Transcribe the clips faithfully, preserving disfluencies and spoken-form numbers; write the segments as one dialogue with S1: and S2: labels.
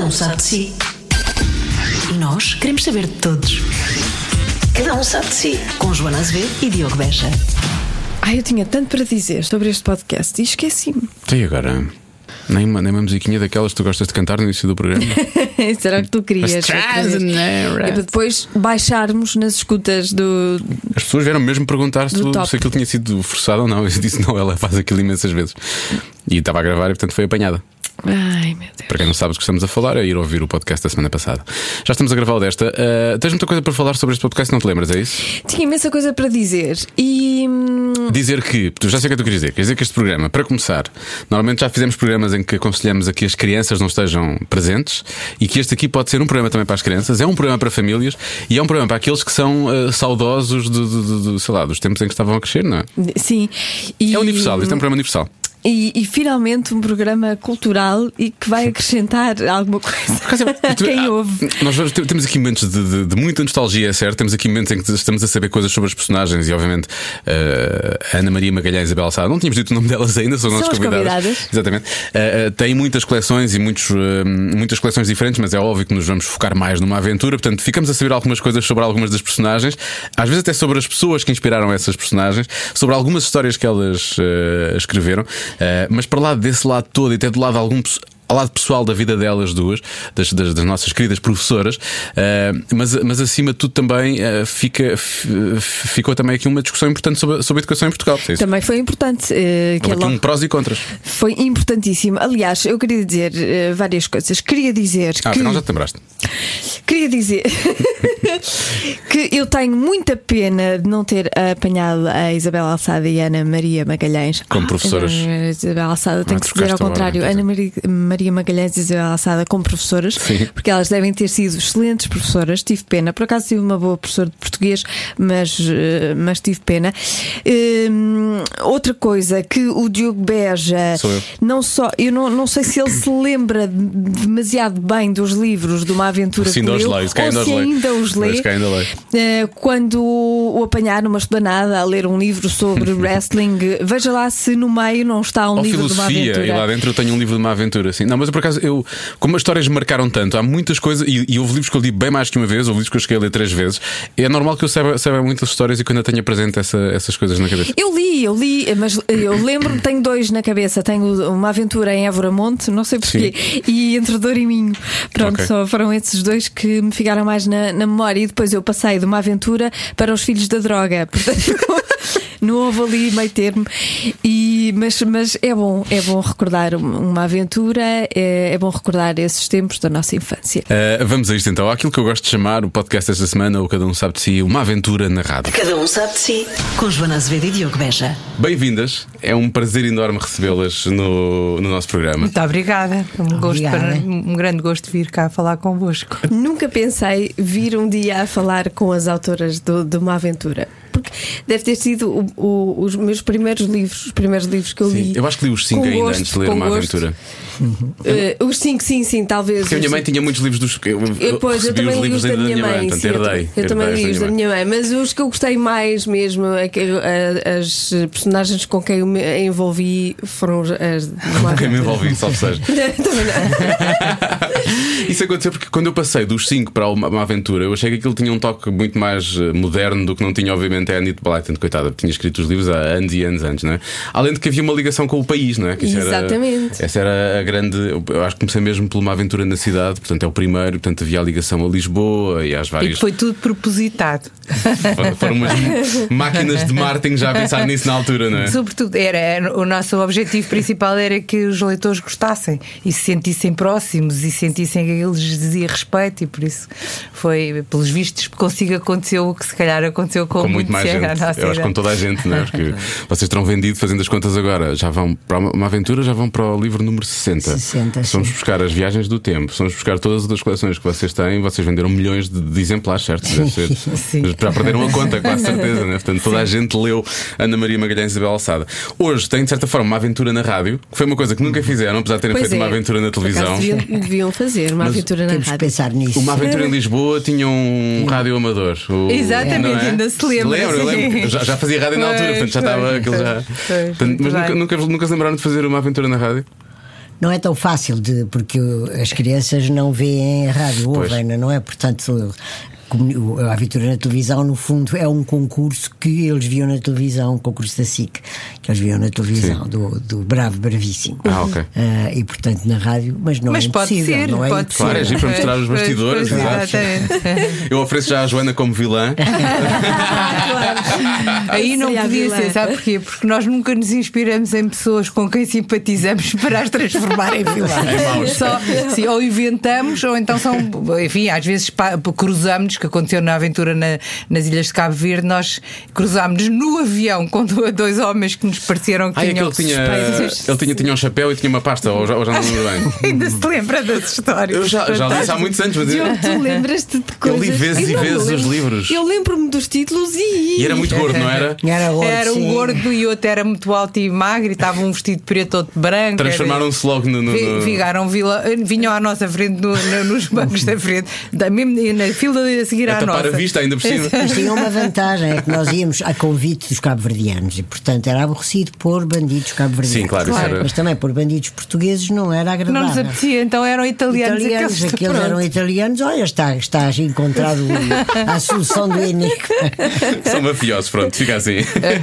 S1: um sabe de si. E nós queremos saber de todos. Cada um sabe de si. Com Joana Azevedo e Diogo Beja.
S2: Ai, eu tinha tanto para dizer sobre este podcast e esqueci-me.
S3: E agora? Nem uma, nem uma musiquinha daquelas que tu gostas de cantar no início do programa?
S2: Será que tu querias? É para depois baixarmos nas escutas do.
S3: As pessoas vieram mesmo perguntar se, tu, se aquilo tinha sido forçado ou não. Eu disse não, ela faz aquilo imensas vezes. E estava a gravar e portanto foi apanhada.
S2: Ai, meu Deus.
S3: Para quem não sabe o que estamos a falar, é ir ouvir o podcast da semana passada. Já estamos a gravar o desta. uh, Tens muita coisa para falar sobre este podcast, não te lembras, é isso?
S2: Tinha imensa coisa para dizer. E
S3: dizer que, tu já sei o que é que tu querias dizer. Quer dizer que este programa, para começar, normalmente já fizemos programas em que aconselhamos a que as crianças não estejam presentes, e que este aqui pode ser um programa também para as crianças. É um programa para famílias e é um programa para aqueles que são uh, saudosos do, do, do, do, sei lá, dos tempos em que estavam a crescer, não é?
S2: Sim. E...
S3: É universal, isto é um programa universal.
S2: E, e finalmente um programa cultural e que vai acrescentar alguma coisa a quem ouve.
S3: Nós temos aqui momentos de, de, de muita nostalgia, é certo? Temos aqui momentos em que estamos a saber coisas sobre os personagens. E obviamente uh, a Ana Maria Magalhães e a Isabel Sá, não tínhamos dito o nome delas ainda, são, são nossas convidadas. convidadas Exatamente. uh, uh, Tem muitas coleções e muitos, uh, muitas coleções diferentes, mas é óbvio que nos vamos focar mais numa aventura. Portanto, ficamos a saber algumas coisas sobre algumas das personagens, às vezes até sobre as pessoas que inspiraram essas personagens, sobre algumas histórias que elas uh, escreveram. Uh, mas para lá desse lado todo, e até do lado de algum ao lado pessoal da vida delas duas, das, das, das nossas queridas professoras, uh, mas, mas acima de tudo também uh, fica, f, ficou também aqui uma discussão importante sobre, sobre a educação em Portugal. É
S2: também foi importante. Uh,
S3: que é logo... um prós e contras.
S2: Foi importantíssimo. Aliás, eu queria dizer uh, várias coisas. Queria dizer
S3: ah,
S2: que.
S3: Afinal já te lembraste.
S2: Queria dizer que eu tenho muita pena de não ter apanhado a Isabel Alçada e a Ana Maria Magalhães
S3: como ah, professoras.
S2: A Isabel Alçada tem que se dizer ao contrário. Ana Maria, Maria Magalhães e Isabel Alçada como professoras. Sim. Porque elas devem ter sido excelentes professoras. Tive pena. Por acaso tive uma boa professora de português, mas, mas tive pena. Hum, outra coisa que o Diogo Beja
S3: Sou eu.
S2: não só eu não, não sei se ele se lembra demasiado bem dos livros de Uma Aventura
S3: Sim,
S2: que leu,
S3: leis,
S2: ou se ainda os lê. Uh, quando o apanhar numa esplanada a ler um livro sobre wrestling, veja lá se no meio não está um
S3: ou
S2: livro de uma aventura.
S3: E lá dentro eu tenho um livro de uma aventura. Sim. Não, mas por acaso, eu, como as histórias me marcaram tanto, há muitas coisas, e, e houve livros que eu li bem mais que uma vez, houve livros que eu cheguei a ler três vezes. É normal que eu saiba, saiba muitas histórias e que eu ainda tenha presente essa, essas coisas na cabeça.
S2: Eu li, eu li, mas eu lembro-me, tenho dois na cabeça. Tenho Uma Aventura em Évora Monte, não sei porquê, Sim. e Entre Dor e Minho. Pronto, okay. Só foram esses dois que me ficaram mais na, na memória. E depois eu passei de Uma Aventura para Os Filhos da Droga. Portanto, não houve ali meio termo. E, mas, mas é bom, é bom recordar uma aventura, é, é bom recordar esses tempos da nossa infância.
S3: Uh, vamos a isto então. Aquilo que eu gosto de chamar o podcast desta semana, o Cada Um Sabe de Si, uma aventura na rádio.
S1: Cada Um Sabe de Si, com Joana Azevedo e Diogo Beja.
S3: Bem-vindas, é um prazer enorme recebê-las no, no nosso programa.
S4: Muito obrigada. Um, gosto para, um grande gosto de vir cá falar convosco.
S2: Nunca pensei vir um dia a falar com as autoras do, de Uma Aventura. Porque deve ter sido o, o, os meus primeiros livros, os primeiros livros que eu
S3: sim,
S2: li.
S3: Eu acho que li os cinco ainda antes de ler Uma gosto. Aventura.
S2: Uhum. Uh, os cinco, sim, sim, talvez.
S3: Porque a minha mãe tinha muitos livros dos que eu,
S2: eu, pois, eu também li os da minha mãe. mãe
S3: sim,
S2: herdei, eu, eu também li os da minha mãe. Mas os que eu gostei mais mesmo, é que, uh, as personagens com quem eu me envolvi foram as.
S3: Com quem me envolvi, só seja.
S2: Também não.
S3: Isso aconteceu porque quando eu passei dos cinco para Uma Aventura, eu achei que aquilo tinha um toque muito mais moderno do que não tinha, obviamente, a Anita Blyton, coitada, tinha escrito os livros há anos e anos antes, não é? Além de que havia uma ligação com o país, não é? Que
S2: Exatamente.
S3: Era, essa era a grande. Eu acho que comecei mesmo por Uma Aventura na Cidade, portanto é o primeiro, portanto havia a ligação a Lisboa e às várias.
S4: E foi tudo propositado.
S3: Foram umas máquinas de marketing já a pensar nisso na altura, não é?
S4: Sobretudo, era, o nosso objetivo principal era que os leitores gostassem e se sentissem próximos e sentissem que aquilo lhes dizia respeito, e por isso foi, pelos vistos, consigo aconteceu o que se calhar aconteceu com,
S3: com muito mais gente. Eu acho que com toda a gente, não é? Porque vocês terão vendido, fazendo as contas agora, já vão para Uma Aventura, já vão para o livro número sessenta.
S5: sessenta
S3: Vamos
S5: sim.
S3: buscar as Viagens do Tempo, vamos buscar todas as outras coleções que vocês têm. Vocês venderam milhões de, de exemplares, certo? Deve ser.
S4: Sim.
S3: Já perderam a conta, com a certeza, né? Portanto, toda sim. a gente leu Ana Maria Magalhães e Isabel Alçada. Hoje tem, de certa forma, uma aventura na rádio, que foi uma coisa que nunca fizeram, apesar de terem
S2: pois
S3: feito
S2: é.
S3: uma aventura na televisão.
S2: Deviam, deviam fazer uma
S3: Mas
S2: aventura na
S5: temos
S2: rádio.
S5: Pensar nisso.
S3: Uma Aventura em Lisboa tinha um hum. rádio amador. O,
S2: Exatamente, é? Ainda se lembra.
S3: Lembro, eu lembro. Eu já, já fazia rádio na altura, portanto já estava aquilo já.
S4: Foi,
S3: Portanto, mas nunca, nunca, nunca se lembraram de fazer uma aventura na rádio?
S5: Não é tão fácil, de, porque as crianças não veem a rádio, ouvem, não é? Portanto, a aventura na televisão, no fundo, é um concurso que eles viam na televisão, um concurso da S I C, que eles viam na televisão, do, do Bravo Bravíssimo.
S3: Ah, ok.
S5: Uh, e portanto na rádio, mas não
S4: mas
S5: é
S4: pode
S5: impossível.
S4: Ser,
S5: não é
S4: pode
S5: impossível.
S3: Claro, é giro para mostrar os bastidores.
S4: Pois, pois, exatamente.
S3: Eu ofereço já a Joana como vilã.
S4: Aí não podia ser, sabe porquê? Porque nós nunca nos inspiramos em pessoas com quem simpatizamos para as transformar em vilãs. Só, sim, ou inventamos, ou então são, enfim, às vezes cruzamos, que aconteceu na aventura na, nas Ilhas de Cabo Verde, nós cruzámos no avião com dois homens que nos pareceram que
S3: ah,
S4: tinham
S3: é que ele tinha, ele tinha, tinha um chapéu e tinha uma pasta, ou já, ou já não lembro bem.
S4: Ainda se lembra das histórias.
S3: Eu já, já li isso há muitos anos, mas
S2: eu, tu lembras-te de coisas.
S3: Eu li vezes e vezes os livros.
S2: Eu lembro-me dos títulos e.
S3: E era muito gordo, não era?
S5: Era, gordo,
S4: era um
S5: sim.
S4: gordo e outro era muito alto e magro e estava um vestido preto, outro branco.
S3: Transformaram-se logo no. no, no...
S4: Ficaram, vinham à nossa frente no, no, nos bancos da frente, da, mesmo na fila a seguir
S3: a
S4: à nossa.
S3: A vista ainda por cima.
S5: Mas tinha uma vantagem, é que nós íamos a convite dos cabo-verdianos e, portanto, era aborrecido pôr bandidos cabo-verdianos.
S3: Sim, claro,
S4: claro.
S3: Isso era...
S5: Mas também pôr bandidos portugueses não era agradável.
S4: Não nos apetecia, então eram italianos.
S5: Italianos,
S4: aqueles,
S5: aqueles eram italianos. Olha, está, está encontrado a solução do enigma.
S3: São mafiosos, pronto, fica assim.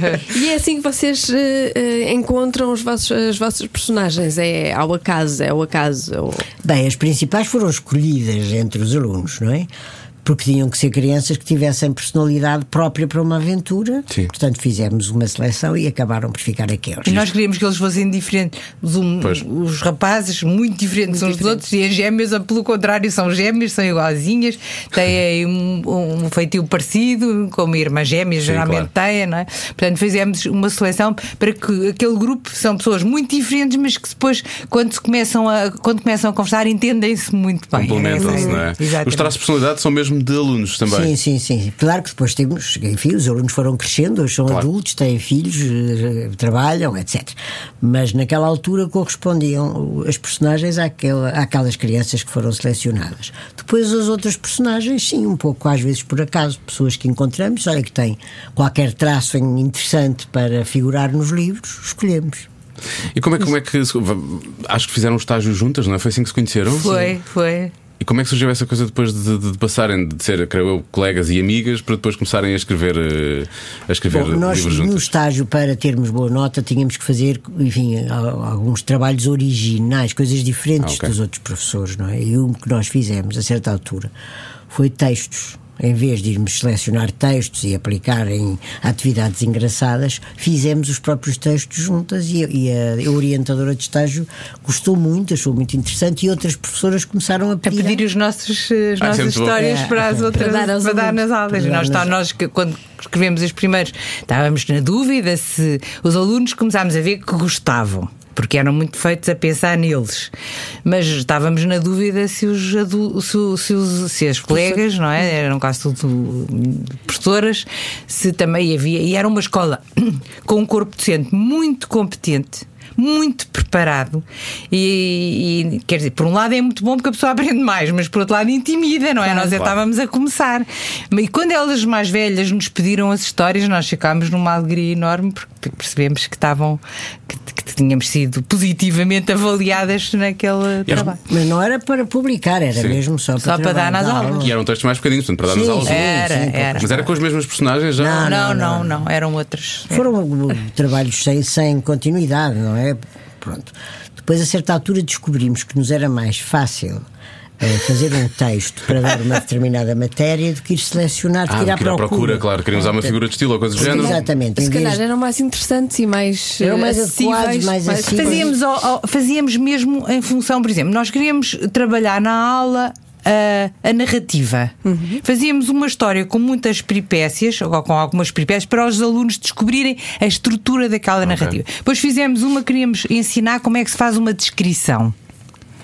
S2: E é assim que vocês uh, uh, encontram os vossos, as vossas personagens? É ao acaso, é ao acaso? Ou...
S5: Bem, as principais foram escolhidas entre os alunos, não é? Porque tinham que ser crianças que tivessem personalidade própria para uma aventura.
S3: Sim.
S5: Portanto, fizemos uma seleção e acabaram por ficar aqueles.
S4: E nós queríamos que eles fossem diferentes. Os, um, os rapazes, muito diferentes muito uns diferentes. dos outros, e as gêmeas, pelo contrário, são gêmeas, são igualzinhas, têm um, um feitio parecido, como irmãs gêmeas, sim, geralmente claro. têm, não é? Portanto, fizemos uma seleção para que aquele grupo são pessoas muito diferentes, mas que depois, quando, se começam, a, quando começam a conversar, entendem-se muito bem.
S3: Complementam-se, não é?
S4: Exatamente.
S3: Os traços de personalidade são mesmo de alunos também.
S5: Sim, sim, sim. Claro que depois temos, enfim, os alunos foram crescendo, hoje são claro. adultos, têm filhos, trabalham, etcétera. Mas naquela altura correspondiam as personagens àquela, àquelas crianças que foram selecionadas. Depois as outras personagens, sim, um pouco às vezes por acaso, pessoas que encontramos, olha que têm qualquer traço interessante para figurar nos livros, escolhemos.
S3: E como é, como é que acho que fizeram um estágio juntas, não é? Foi assim que se conheceram?
S4: Foi, foi.
S3: E como é que surgiu essa coisa depois de, de, de passarem de ser, creio eu, colegas e amigas para depois começarem a escrever, a escrever
S5: Bom, nós,
S3: livros juntos?
S5: No estágio, para termos boa nota, tínhamos que fazer, enfim, alguns trabalhos originais, coisas diferentes ah, okay. dos outros professores, não é? E um que nós fizemos a certa altura foi textos. Em vez de irmos selecionar textos e aplicar em atividades engraçadas, fizemos os próprios textos juntas e, e a, a orientadora de estágio gostou muito, achou muito interessante, e outras professoras começaram a pedir,
S4: a pedir os nossos, as ah, nossas histórias é, para as outras para dar, para dar nas aulas. Nós, está, nós, quando escrevemos os primeiros, estávamos na dúvida se os alunos começámos a ver que gostavam, porque eram muito feitos a pensar neles, mas estávamos na dúvida se os adultos, se, se, os, se as colegas, não é? Eram quase tudo professoras, se também havia, e era uma escola com um corpo docente muito competente, muito preparado e, e quer dizer, por um lado é muito bom porque a pessoa aprende mais, mas por outro lado intimida, não é? Claro, nós já claro. estávamos a começar, e quando elas mais velhas nos pediram as histórias, nós ficámos numa alegria enorme porque percebemos que estavam que, que tínhamos sido positivamente avaliadas naquele trabalho.
S5: Mas não era para publicar, era sim. mesmo só para,
S4: só para dar nas aulas.
S3: E eram textos mais pequeninos, portanto, para dar
S5: sim,
S3: nas aulas.
S4: Era,
S5: sim,
S4: era.
S3: Mas era com as mesmas personagens já?
S4: Não, não, não, não, não. Eram outros.
S5: Foram é. trabalhos sem, sem continuidade, não é? Pronto. Depois, a certa altura, descobrimos que nos era mais fácil uh, fazer um texto para dar uma determinada matéria do que ir selecionar,
S3: ah,
S5: de ir à procura.
S3: procura. Claro, queríamos usar uma figura de estilo ou coisa do género.
S5: Exatamente.
S2: Se calhar eram mais interessantes e mais
S5: eram mais
S2: acessíveis,
S5: adequados, mais acessíveis.
S4: Fazíamos, fazíamos mesmo em função, por exemplo, nós queríamos trabalhar na aula A, a narrativa. Uhum. Fazíamos uma história com muitas peripécias, ou com algumas peripécias, para os alunos descobrirem a estrutura daquela okay. narrativa. Depois fizemos uma, queríamos ensinar como é que se faz uma descrição.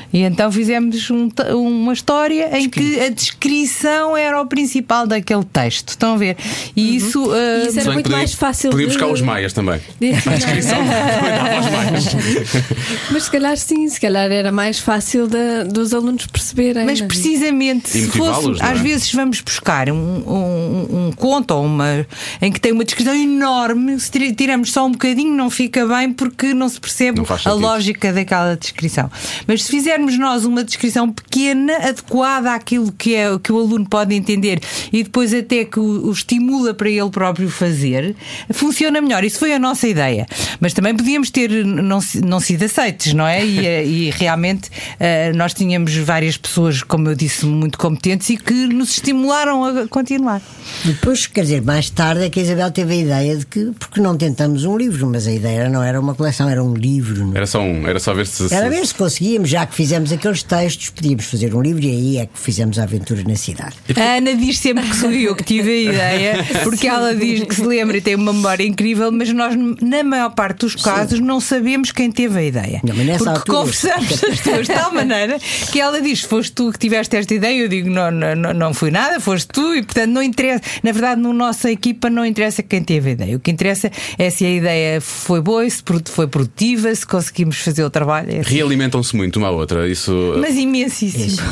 S4: E então fizemos um, uma história em que a descrição era o principal daquele texto. Estão a ver? E uhum. isso, uh,
S2: e isso era muito podia, mais fácil.
S3: Podia buscar de... os maias também. A descrição aos maias.
S2: Mas se calhar sim, se calhar era mais fácil de, dos alunos perceberem.
S4: Mas precisamente, se fosse, às é? vezes vamos buscar um, um, um conto ou uma em que tem uma descrição enorme, se tiramos só um bocadinho, não fica bem porque não se percebe não a lógica daquela descrição. Mas se fizermos nós uma descrição pequena, adequada àquilo que, é, que o aluno pode entender e depois até que o, o estimula para ele próprio fazer, funciona melhor. Isso foi a nossa ideia. Mas também podíamos ter não, não sido aceites, não é? E, e realmente uh, nós tínhamos várias pessoas, como eu disse, muito competentes e que nos estimularam a continuar.
S5: Depois, quer dizer, mais tarde é que a Isabel teve a ideia de que, porque não tentamos um livro, mas a ideia não era uma coleção, era um livro. Não?
S3: Era só um, era só ver se...
S5: Era ver se conseguíamos, já que fizemos aqueles textos, podíamos fazer um livro e aí é que fizemos a aventura na cidade.
S4: A Ana diz sempre que sou eu que tive a ideia, porque ela diz que se lembra e tem uma memória incrível, mas nós, na maior parte dos casos, Sim. não sabemos quem teve a ideia.
S5: Não, mas nessa
S4: porque
S5: altura...
S4: conversamos as duas de tal maneira que ela diz: foste tu que tiveste esta ideia, eu digo: não, não, não fui nada, foste tu, e portanto não interessa. Na verdade, na nossa equipa não interessa quem teve a ideia. O que interessa é se a ideia foi boa, se foi produtiva, se conseguimos fazer o trabalho. É assim.
S3: Realimentam-se muito uma à outra. Isso...
S4: Mas imensíssimo. Isso,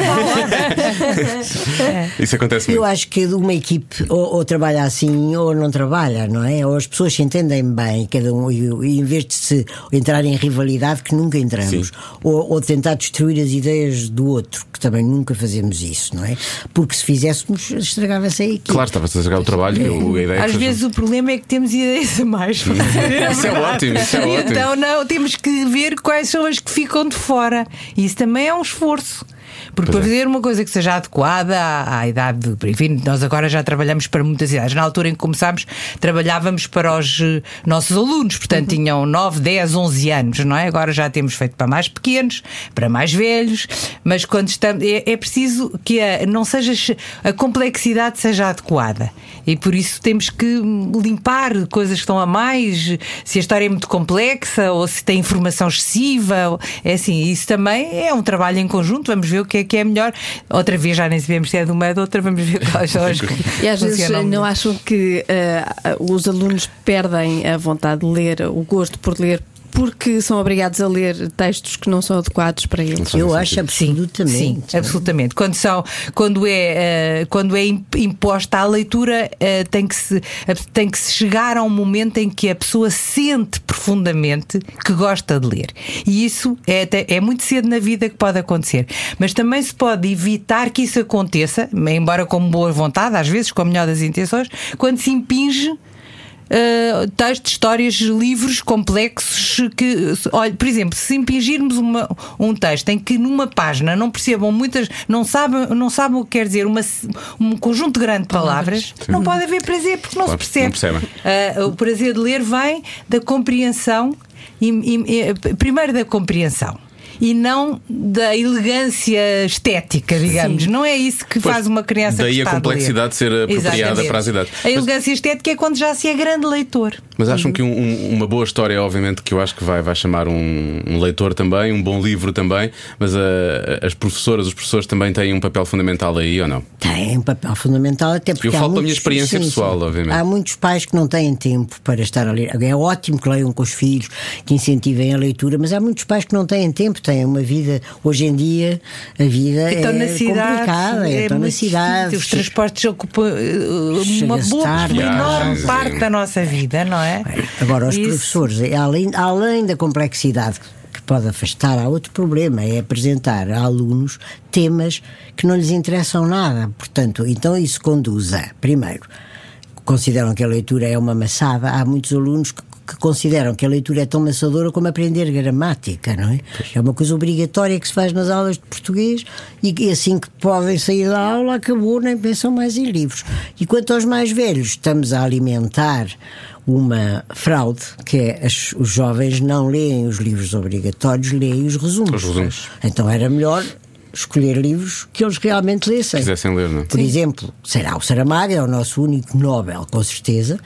S3: é. Isso acontece muito.
S5: Eu acho que uma equipe ou, ou trabalha assim ou não trabalha, não é? Ou as pessoas se entendem bem, cada um, e, e em vez de se entrar em rivalidade, que nunca entramos, ou, ou tentar destruir as ideias do outro, que também nunca fazemos isso, não é? Porque se fizéssemos, estragava-se a equipe.
S3: Claro, estava-se a estragar o trabalho. É. Eu, a ideia
S4: Às
S3: que
S4: vezes o problema é que temos ideias a mais.
S3: Isso é ótimo, isso é ótimo.
S4: Então não, temos que ver quais são as que ficam de fora. E isso também é um esforço. Porque pois para fazer é. uma coisa que seja adequada à, à idade, enfim, nós agora já trabalhamos para muitas idades. Na altura em que começámos, trabalhávamos para os nossos alunos, portanto uhum. tinham nove, dez, onze anos, não é? Agora já temos feito para mais pequenos, para mais velhos, mas quando estamos, é, é preciso que a, não seja, a complexidade seja adequada. E por isso temos que limpar coisas que estão a mais, se a história é muito complexa ou se tem informação excessiva. É assim, isso também é um trabalho em conjunto. Vamos ver o que é que é melhor. Outra vez já nem sabemos se é de uma ou de outra, vamos ver quais são as que
S2: E às vezes não acham que uh, os alunos perdem a vontade de ler, o gosto por ler, porque são obrigados a ler textos que não são adequados para eles?
S5: Eu acho absolutamente.
S4: Sim, sim, absolutamente. Quando, são, quando, é, uh, quando é imposta a leitura, uh, tem, que se, uh, tem que se chegar a um momento em que a pessoa sente profundamente que gosta de ler. E isso é, até, é muito cedo na vida que pode acontecer. Mas também se pode evitar que isso aconteça, embora com boa vontade, às vezes com a melhor das intenções, quando se impinge Uh, textos, histórias, livros complexos que, olha, por exemplo, se impingirmos uma, um texto em que numa página não percebam muitas, não sabem, não sabem o que quer dizer uma, um conjunto grande de palavras, Sim. não pode haver prazer porque não claro, se percebe. Não uh, o prazer de ler vem da compreensão e, e, e, primeiro da compreensão e não da elegância estética, digamos. Sim. Não é isso que pois, faz uma criança
S3: daí a complexidade de ser apropriada Exatamente. Para as idades.
S4: A elegância mas, estética é quando já se é grande leitor.
S3: Mas acham que um, um, uma boa história, obviamente, que eu acho que vai, vai chamar um, um leitor também, um bom livro também, mas a, as professoras, os professores também têm um papel fundamental aí ou não?
S5: Têm um papel fundamental, até porque
S3: eu falo
S5: da
S3: minha experiência sim, pessoal, sim. obviamente.
S5: Há muitos pais que não têm tempo para estar a ler. É ótimo que leiam com os filhos, que incentivem a leitura, mas há muitos pais que não têm tempo, têm uma vida. Hoje em dia a vida então, é na cidade, complicada, é, estão na cidade.
S4: Os transportes ocupam uma boa, uma enorme parte da nossa vida, não é?
S5: Agora, os Isso. professores, além, além da complexidade que pode afastar, há outro problema, é apresentar a alunos temas que não lhes interessam nada. Portanto, então isso conduz a, primeiro, consideram que a leitura é uma maçada. Há muitos alunos que que consideram que a leitura é tão maçadora como aprender gramática, não é? Pois. É uma coisa obrigatória que se faz nas aulas de português e assim que podem sair da aula, acabou, nem pensam mais em livros. E quanto aos mais velhos, estamos a alimentar uma fraude, que é as, os jovens não leem os livros obrigatórios, leem os resumos.
S3: Os resumos.
S5: Então era melhor escolher livros que eles realmente lessem.
S3: Quisessem ler, não é?
S5: Por Sim. exemplo, será o Saramago, é o nosso único Nobel, com certeza.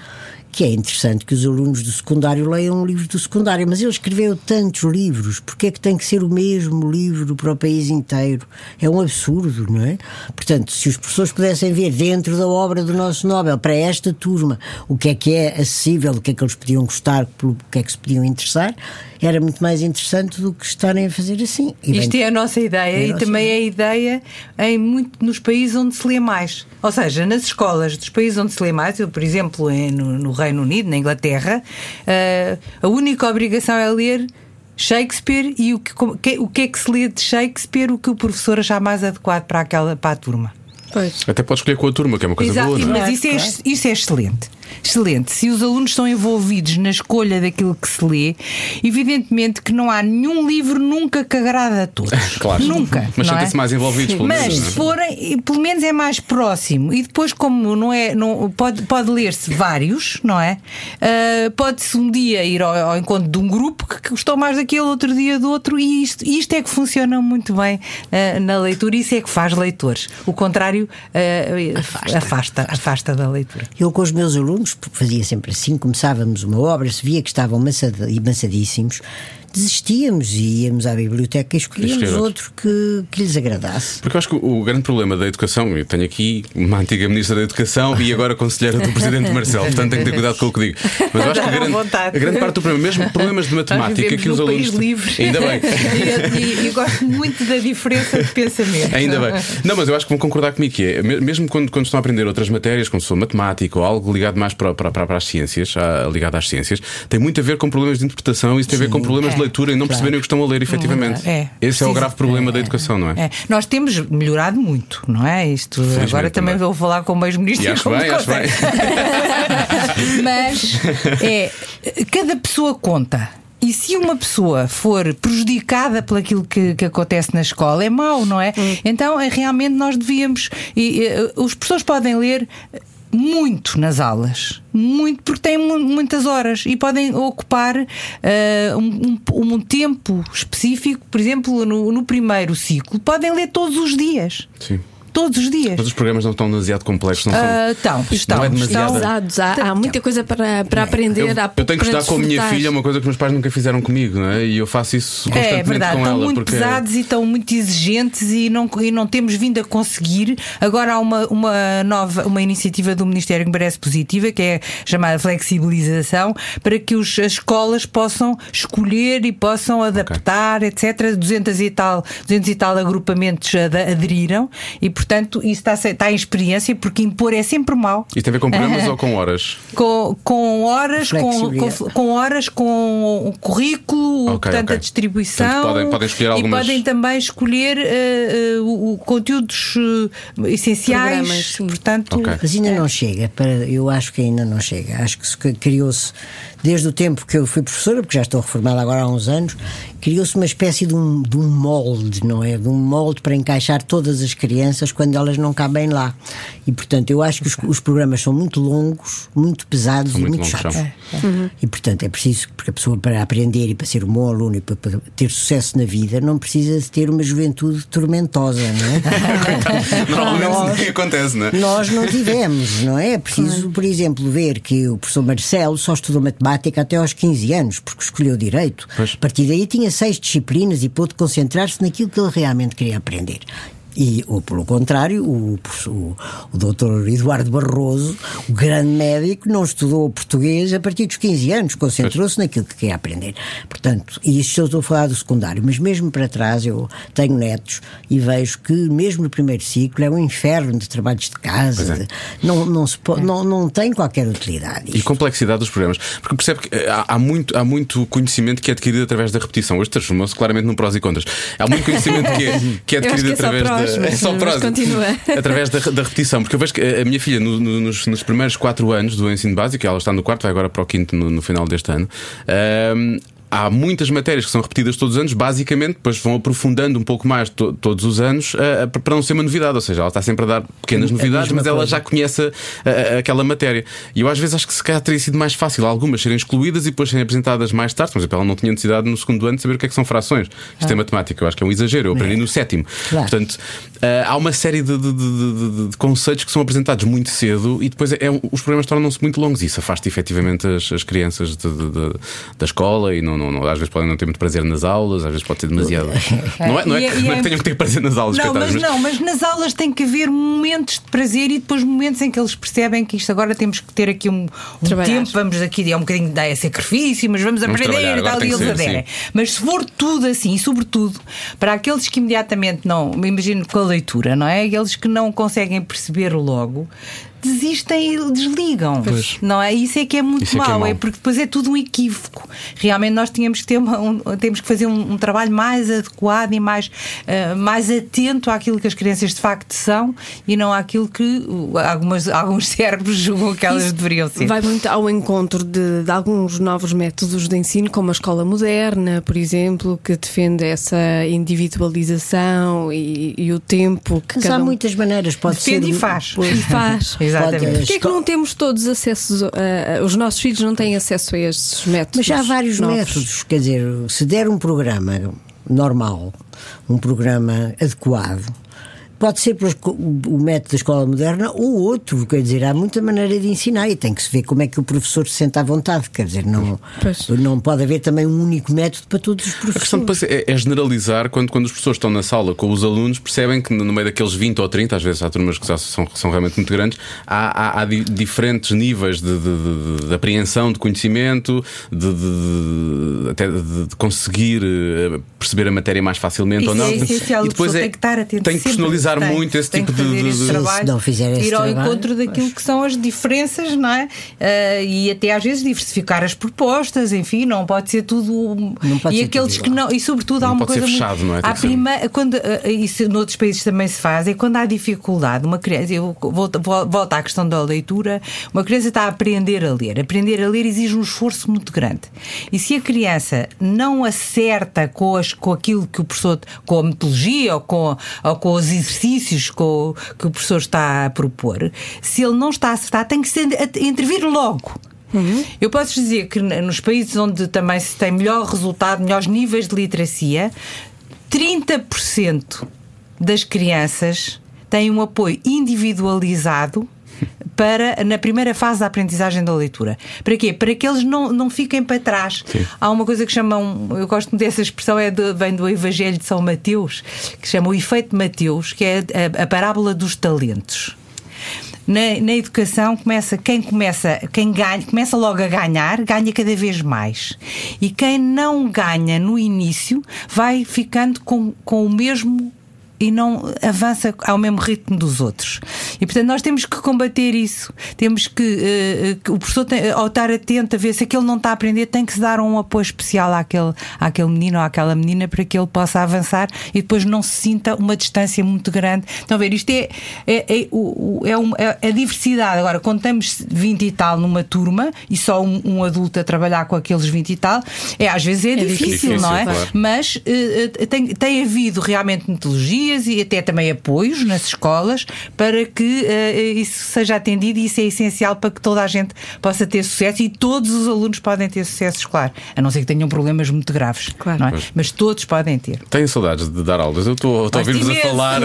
S5: que é interessante que os alunos do secundário leiam um livro do secundário, mas ele escreveu tantos livros, porque é que tem que ser o mesmo livro para o país inteiro? É um absurdo, não é? Portanto, se os professores pudessem ver dentro da obra do nosso Nobel, para esta turma, o que é que é acessível, o que é que eles podiam gostar, pelo que é que se podiam interessar, era muito mais interessante do que estarem a fazer assim.
S4: E Isto bem, é a nossa ideia é a e nossa também ideia. é a ideia em muito nos países onde se lê mais. Ou seja, nas escolas dos países onde se lê mais, eu, por exemplo, no, no Reino Unido, na Inglaterra, uh, a única obrigação é ler Shakespeare e o que, o que é que se lê de Shakespeare, o que o professor achar mais adequado para, aquela, para a turma.
S3: Pois. Até pode escolher com a turma, que é uma coisa
S4: Exato,
S3: boa. Não?
S4: Mas isso é, isso é excelente. Excelente. Se os alunos estão envolvidos na escolha daquilo que se lê, evidentemente que não há nenhum livro nunca que agrada a todos.
S3: Claro.
S4: Nunca.
S3: Mas sentem-se é? mais envolvidos, pelo
S4: Mas
S3: menos.
S4: Mas se forem, pelo menos é mais próximo. E depois, como não é, não, pode, pode ler-se vários, não é? Uh, pode-se um dia ir ao, ao encontro de um grupo que gostou mais daquele, outro dia do outro, e isto, isto é que funciona muito bem uh, na leitura. Isso é que faz leitores. O contrário uh, afasta. afasta, afasta da leitura.
S5: Eu com os meus alunos fazia sempre assim, começávamos uma obra, se via que estavam maçadíssimos, desistíamos e íamos à biblioteca e escolhíamos outro que, que lhes agradasse.
S3: Porque eu acho que o grande problema da educação, eu tenho aqui uma antiga ministra da Educação e agora conselheira do Presidente Marcelo, portanto tenho que ter cuidado com o que digo. Mas eu acho que a grande, a grande parte do problema, mesmo problemas de matemática que os alunos.
S4: Livre.
S3: Ainda bem.
S4: E eu gosto muito da diferença de pensamento.
S3: Ainda bem. Não, mas eu acho que vão concordar comigo que é, mesmo quando, quando estão a aprender outras matérias, como se for matemática ou algo ligado mais para, para, para as ciências, ligado às ciências, tem muito a ver com problemas de interpretação e isso tem a ver com problemas é. de leitura e não claro. perceberem o que estão a ler efetivamente. É. Esse Preciso. é o grave problema é. da educação, não é? é?
S4: Nós temos melhorado muito, não é? Isto agora também, também vou falar com o ex-ministro.
S3: E acho bem, acho bem.
S4: Mas é, cada pessoa conta. E se uma pessoa for prejudicada por aquilo que, que acontece na escola, é mau, não é? Hum. Então, é, realmente nós devíamos. E, e, os professores podem ler muito nas aulas, muito, porque têm muitas horas e podem ocupar uh, um, um, um tempo específico, por exemplo, no, no primeiro ciclo, podem ler todos os dias.
S3: Sim.
S4: Todos os dias.
S3: Mas os programas não estão demasiado complexos, não são?
S4: Uh, estão, estão.
S3: Não é demasiado...
S2: Pesados. Há, há muita coisa para, para aprender.
S3: Eu,
S2: há
S3: eu tenho que estudar com a minha filha, uma coisa que os meus pais nunca fizeram comigo, não é? E eu faço isso constantemente
S4: é verdade,
S3: com
S4: estão
S3: ela.
S4: Estão muito
S3: porque...
S4: pesados e estão muito exigentes e não, e não temos vindo a conseguir. Agora há uma, uma nova uma iniciativa do Ministério que me parece positiva, que é chamada flexibilização, para que os, as escolas possam escolher e possam adaptar, okay. etcétera. duzentos e tal, duzentos e tal agrupamentos aderiram e, portanto, isso está a ser Está em experiência, porque impor é sempre mau.
S3: Isso tem a ver com programas ou com horas?
S4: Com, com horas, com, com, com horas, com o currículo, okay, portanto, okay. a distribuição.
S3: Portanto, podem, podem escolher algumas...
S4: E podem também escolher uh, uh, uh, conteúdos uh, essenciais. Portanto,
S5: okay. Mas ainda é. não chega. Para, eu acho que ainda não chega. Acho que criou-se, desde o tempo que eu fui professora, porque já estou reformada agora há uns anos, criou-se uma espécie de um, de um molde, não é? De um molde para encaixar todas as crianças quando elas não cabem lá. E, portanto, eu acho que os, os programas são muito longos, muito pesados são e muito, muito chatos. É, é. Uhum. E, portanto, é preciso, porque a pessoa para aprender e para ser um bom aluno e para, para ter sucesso na vida não precisa de ter uma juventude tormentosa, não é?
S3: Normalmente nem acontece, não é?
S5: Nós não tivemos, não é? É preciso, por exemplo, ver que o professor Marcelo só estudou matemática até aos quinze anos, porque escolheu direito. Pois. A partir daí tinha seis disciplinas e pôde concentrar-se naquilo que ele realmente queria aprender. E, ou pelo contrário, o, o, o doutor Eduardo Barroso, o grande médico, não estudou português a partir dos quinze anos, concentrou-se naquilo que queria aprender. Portanto, e isto eu estou a falar do secundário, mas mesmo para trás eu tenho netos e vejo que mesmo no primeiro ciclo é um inferno de trabalhos de casa, é. de, não, não, se pode, é. não, não tem qualquer utilidade. Isto.
S3: E complexidade dos programas, porque percebe que há, há, muito, há muito conhecimento que é adquirido através da repetição. Hoje transformou-se claramente num prós e contras. Há muito conhecimento que é, que é adquirido através da.
S2: Mas,
S3: é só
S2: mas continua.
S3: Através da, da repetição, porque eu vejo que a minha filha no, no, nos, nos primeiros quatro anos do ensino básico, ela está no quarto, vai agora para o quinto no, no final deste ano. Um, há muitas matérias que são repetidas todos os anos, basicamente, depois vão aprofundando um pouco mais to- todos os anos uh, uh, para não ser uma novidade. Ou seja, ela está sempre a dar pequenas novidades, mas ela já conhece uh, uh, aquela matéria. E eu às vezes acho que se calhar teria sido mais fácil algumas serem excluídas e depois serem apresentadas mais tarde. Por exemplo, ela não tinha necessidade no segundo ano de saber o que é que são frações. Isto ah. é matemática, eu acho que é um exagero. Eu aprendi no sétimo. Claro. Portanto, uh, há uma série de, de, de, de, de conceitos que são apresentados muito cedo e depois é, é, os problemas tornam-se muito longos. Isso afasta efetivamente as, as crianças de, de, de, da escola e não, não, não, às vezes podem não ter muito prazer nas aulas, às vezes pode ser demasiado. Não é, não é, é, que, não é que tenham que ter prazer nas aulas.
S4: Não, mas, não, mas nas aulas tem que haver momentos de prazer e depois momentos em que eles percebem que isto agora temos que ter aqui um, um tempo, vamos aqui, é um bocadinho de sacrifício, mas vamos, vamos aprender e tal, e eles ser, aderem. Sim. Mas se for tudo assim, e sobretudo para aqueles que imediatamente não, me imagino com a leitura, não é? Aqueles que não conseguem perceber logo, desistem e desligam, pois. Não é? Isso é que é muito mau, é, é, mau. É porque depois é tudo um equívoco. Realmente nós tínhamos que ter uma, um, temos que fazer um, um trabalho mais adequado e mais, uh, mais atento àquilo que as crianças de facto são e não àquilo que uh, algumas, alguns cérebros julgam que elas Isso deveriam ser.
S2: Vai muito ao encontro de, de alguns novos métodos de ensino, como a escola moderna, por exemplo, que defende essa individualização e, e o tempo que
S5: Mas
S2: cada
S5: há
S2: um...
S5: muitas maneiras, pode
S4: defende
S5: ser
S4: e faz.
S2: E faz.
S4: Exatamente.
S2: Porquê é que não temos todos acesso a, a, os nossos filhos não têm acesso a estes métodos?
S5: Mas há vários
S2: novos.
S5: métodos, quer dizer, se der um programa normal, um programa adequado, pode ser o método da escola moderna ou outro, quer dizer, há muita maneira de ensinar e tem que se ver como é que o professor se sente à vontade, quer dizer, não, não pode haver também um único método para todos os professores.
S3: A questão depois é, é generalizar quando, quando os professores estão na sala com os alunos, percebem que no meio daqueles vinte ou trinta, às vezes há turmas que são, são realmente muito grandes, há, há, há di, diferentes níveis de, de, de, de apreensão de conhecimento, de, de, de, até de, de conseguir perceber a matéria mais facilmente
S4: Isso
S3: ou não.
S4: É essencial,
S3: e depois é,
S4: tem que estar atento,
S3: tem que personalizar Tem, muito esse tipo de, de, de...
S4: trabalho,
S5: se não fizer esse
S4: ir ao
S5: trabalho,
S4: encontro daquilo
S5: pois.
S4: que são as diferenças, não é? Uh, e até às vezes diversificar as propostas, enfim, não pode ser tudo.
S5: Não pode
S4: e
S5: ser
S4: aqueles
S5: tudo
S4: que não, e sobretudo
S3: não
S4: há uma
S3: pode
S4: coisa
S3: ser fechado,
S4: muito,
S3: não é?
S4: há prima, quando uh, isso noutros países também se faz, é quando há dificuldade, uma criança, eu volto, volto à questão da leitura, uma criança está a aprender a ler. Aprender a ler exige um esforço muito grande. E se a criança não acerta com, as, com aquilo que o professor, com a metodologia ou com, ou com os exercícios, com que o professor está a propor, se ele não está a acertar, tem que ser, a, a intervir logo. Uhum. Eu posso dizer que nos países onde também se tem melhor resultado, melhores níveis de literacia, trinta por cento das crianças têm um apoio individualizado para, na primeira fase da aprendizagem da leitura. Para quê? Para que eles não, não fiquem para trás. Sim. Há uma coisa que chamam, eu gosto dessa expressão, é de, vem do Evangelho de São Mateus, que chama o efeito Mateus, que é a, a parábola dos talentos. Na, na educação, começa, quem começa, quem ganha, começa logo a ganhar, ganha cada vez mais. E quem não ganha no início vai ficando com, com o mesmo e não avança ao mesmo ritmo dos outros. E portanto nós temos que combater isso. Temos que, uh, que o professor tem, ao estar atento a ver se aquele não está a aprender, tem que se dar um apoio especial àquele, àquele menino ou àquela menina para que ele possa avançar e depois não se sinta uma distância muito grande. Estão a ver, isto é, é, é, é, uma, é a diversidade. Agora, quando temos vinte e tal numa turma e só um, um adulto a trabalhar com aqueles vinte e tal, é, às vezes é, é difícil, difícil, não é? Claro. Mas uh, tem, tem havido realmente metodologia e até também apoios nas escolas para que uh, isso seja atendido, e isso é essencial para que toda a gente possa ter sucesso, e todos os alunos podem ter sucesso escolar, a não ser que tenham problemas muito graves, claro. Não é? Mas todos podem ter.
S3: Tenho saudades de dar aulas, eu estou a ouvir-vos a falar.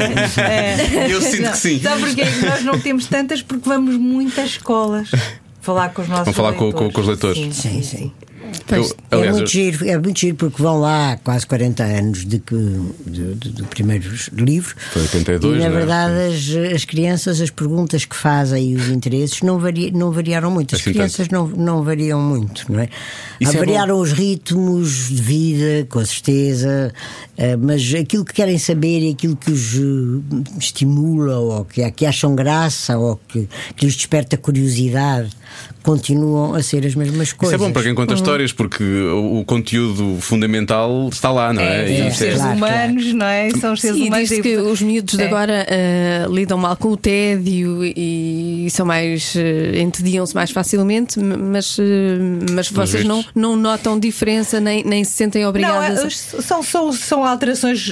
S3: É. Eu sinto
S4: não,
S3: que sim.
S4: Sabe porquê? Nós não temos tantas porque vamos muito às escolas falar com os nossos
S3: Vamos falar
S4: leitores.
S3: Com, com, com os leitores.
S5: Sim, sim, sim.
S3: Eu, aliás,
S5: é, muito
S3: eu...
S5: giro, é muito giro porque vão lá quase quarenta anos de que, de, de, do primeiro livro.
S3: Foi oitenta e dois,
S5: e na
S3: né?
S5: verdade as, as crianças, as perguntas que fazem e os interesses não, vari, não variaram muito. As assim crianças não, não variam muito, não é? Ah, variaram é os ritmos de vida, com certeza, mas aquilo que querem saber e aquilo que os estimula ou que, que acham graça ou que, que lhes desperta curiosidade continuam a ser as mesmas coisas.
S3: Isso é bom para quem conta uhum. histórias, porque o, o conteúdo fundamental está lá, não é?
S4: é, é. Os seres
S5: claro,
S4: humanos,
S5: claro.
S4: não é? São os seres
S2: Sim,
S4: humanos.
S2: Diz que os miúdos é. de agora uh, lidam mal com o tédio e são mais uh, entediam-se mais facilmente, mas, uh, mas vocês não, não notam diferença nem, nem se sentem obrigadas.
S4: Não, são, são, são alterações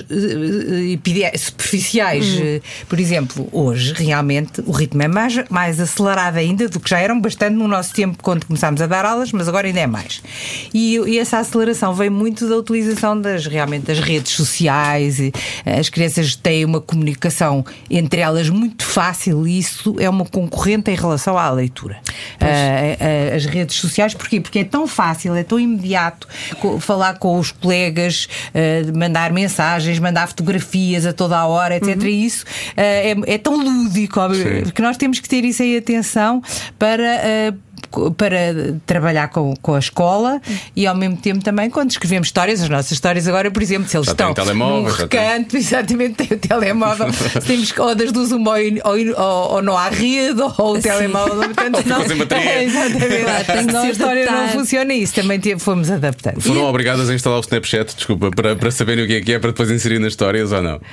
S4: uh, superficiais. Hum. Por exemplo, hoje realmente o ritmo é mais, mais acelerado ainda do que já eram bastante no nosso tempo quando começámos a dar aulas, mas agora ainda é mais. E, e essa aceleração vem muito da utilização das, realmente, das redes sociais. E as crianças têm uma comunicação entre elas muito fácil e isso é uma concorrente em relação à leitura. Uh, uh, as redes sociais, porquê? Porque é tão fácil, é tão imediato falar com os colegas, uh, mandar mensagens, mandar fotografias a toda a hora, etcétera. Uhum. E isso uh, é, é tão lúdico, Sim. que nós temos que ter isso em atenção para. Uh, para trabalhar com, com a escola e ao mesmo tempo também quando escrevemos histórias, as nossas histórias agora, por exemplo, se eles já estão num recanto, tem. exatamente, tem o telemóvel, se temos ou das duas uma ou, ou, ou não há rede ou o telemóvel portanto, não,
S3: sem bateria.
S4: É, exatamente. Se a história não funciona, isso também fomos adaptando.
S3: Foram
S4: e,
S3: obrigadas a instalar o Snapchat, desculpa, para, para saberem o que é que é, para depois inserir nas histórias ou não?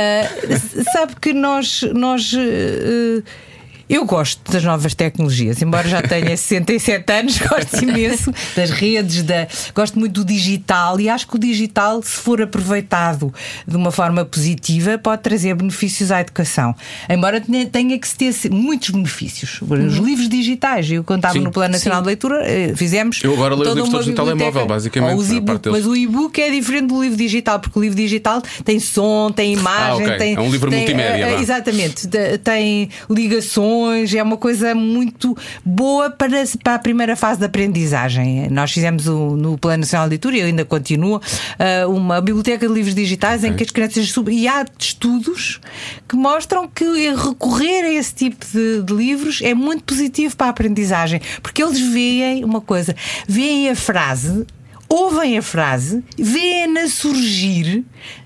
S4: Uh, sabe que nós nós uh, eu gosto das novas tecnologias, embora já tenha sessenta e sete anos, gosto imenso das redes, da, gosto muito do digital e acho que o digital, se for aproveitado de uma forma positiva, pode trazer benefícios à educação. Embora tenha que se ter muitos benefícios. Os uhum. livros digitais, eu quando estava no Plano Nacional Sim. de Leitura, fizemos.
S3: Eu agora leio os livros todos no telemóvel, basicamente.
S4: Os e-book, mas o e-book é diferente do livro digital, porque o livro digital tem som, tem imagem,
S3: ah, okay.
S4: tem.
S3: É um livro
S4: tem,
S3: multimédia.
S4: É, exatamente, tem ligações. É uma coisa muito boa para, para a primeira fase da aprendizagem. Nós fizemos o, no Plano Nacional de Leitura e eu ainda continuo uma biblioteca de livros digitais okay. em que as crianças e há estudos que mostram que recorrer a esse tipo de, de livros é muito positivo para a aprendizagem, porque eles veem uma coisa, veem a frase, ouvem a frase, veem-na surgir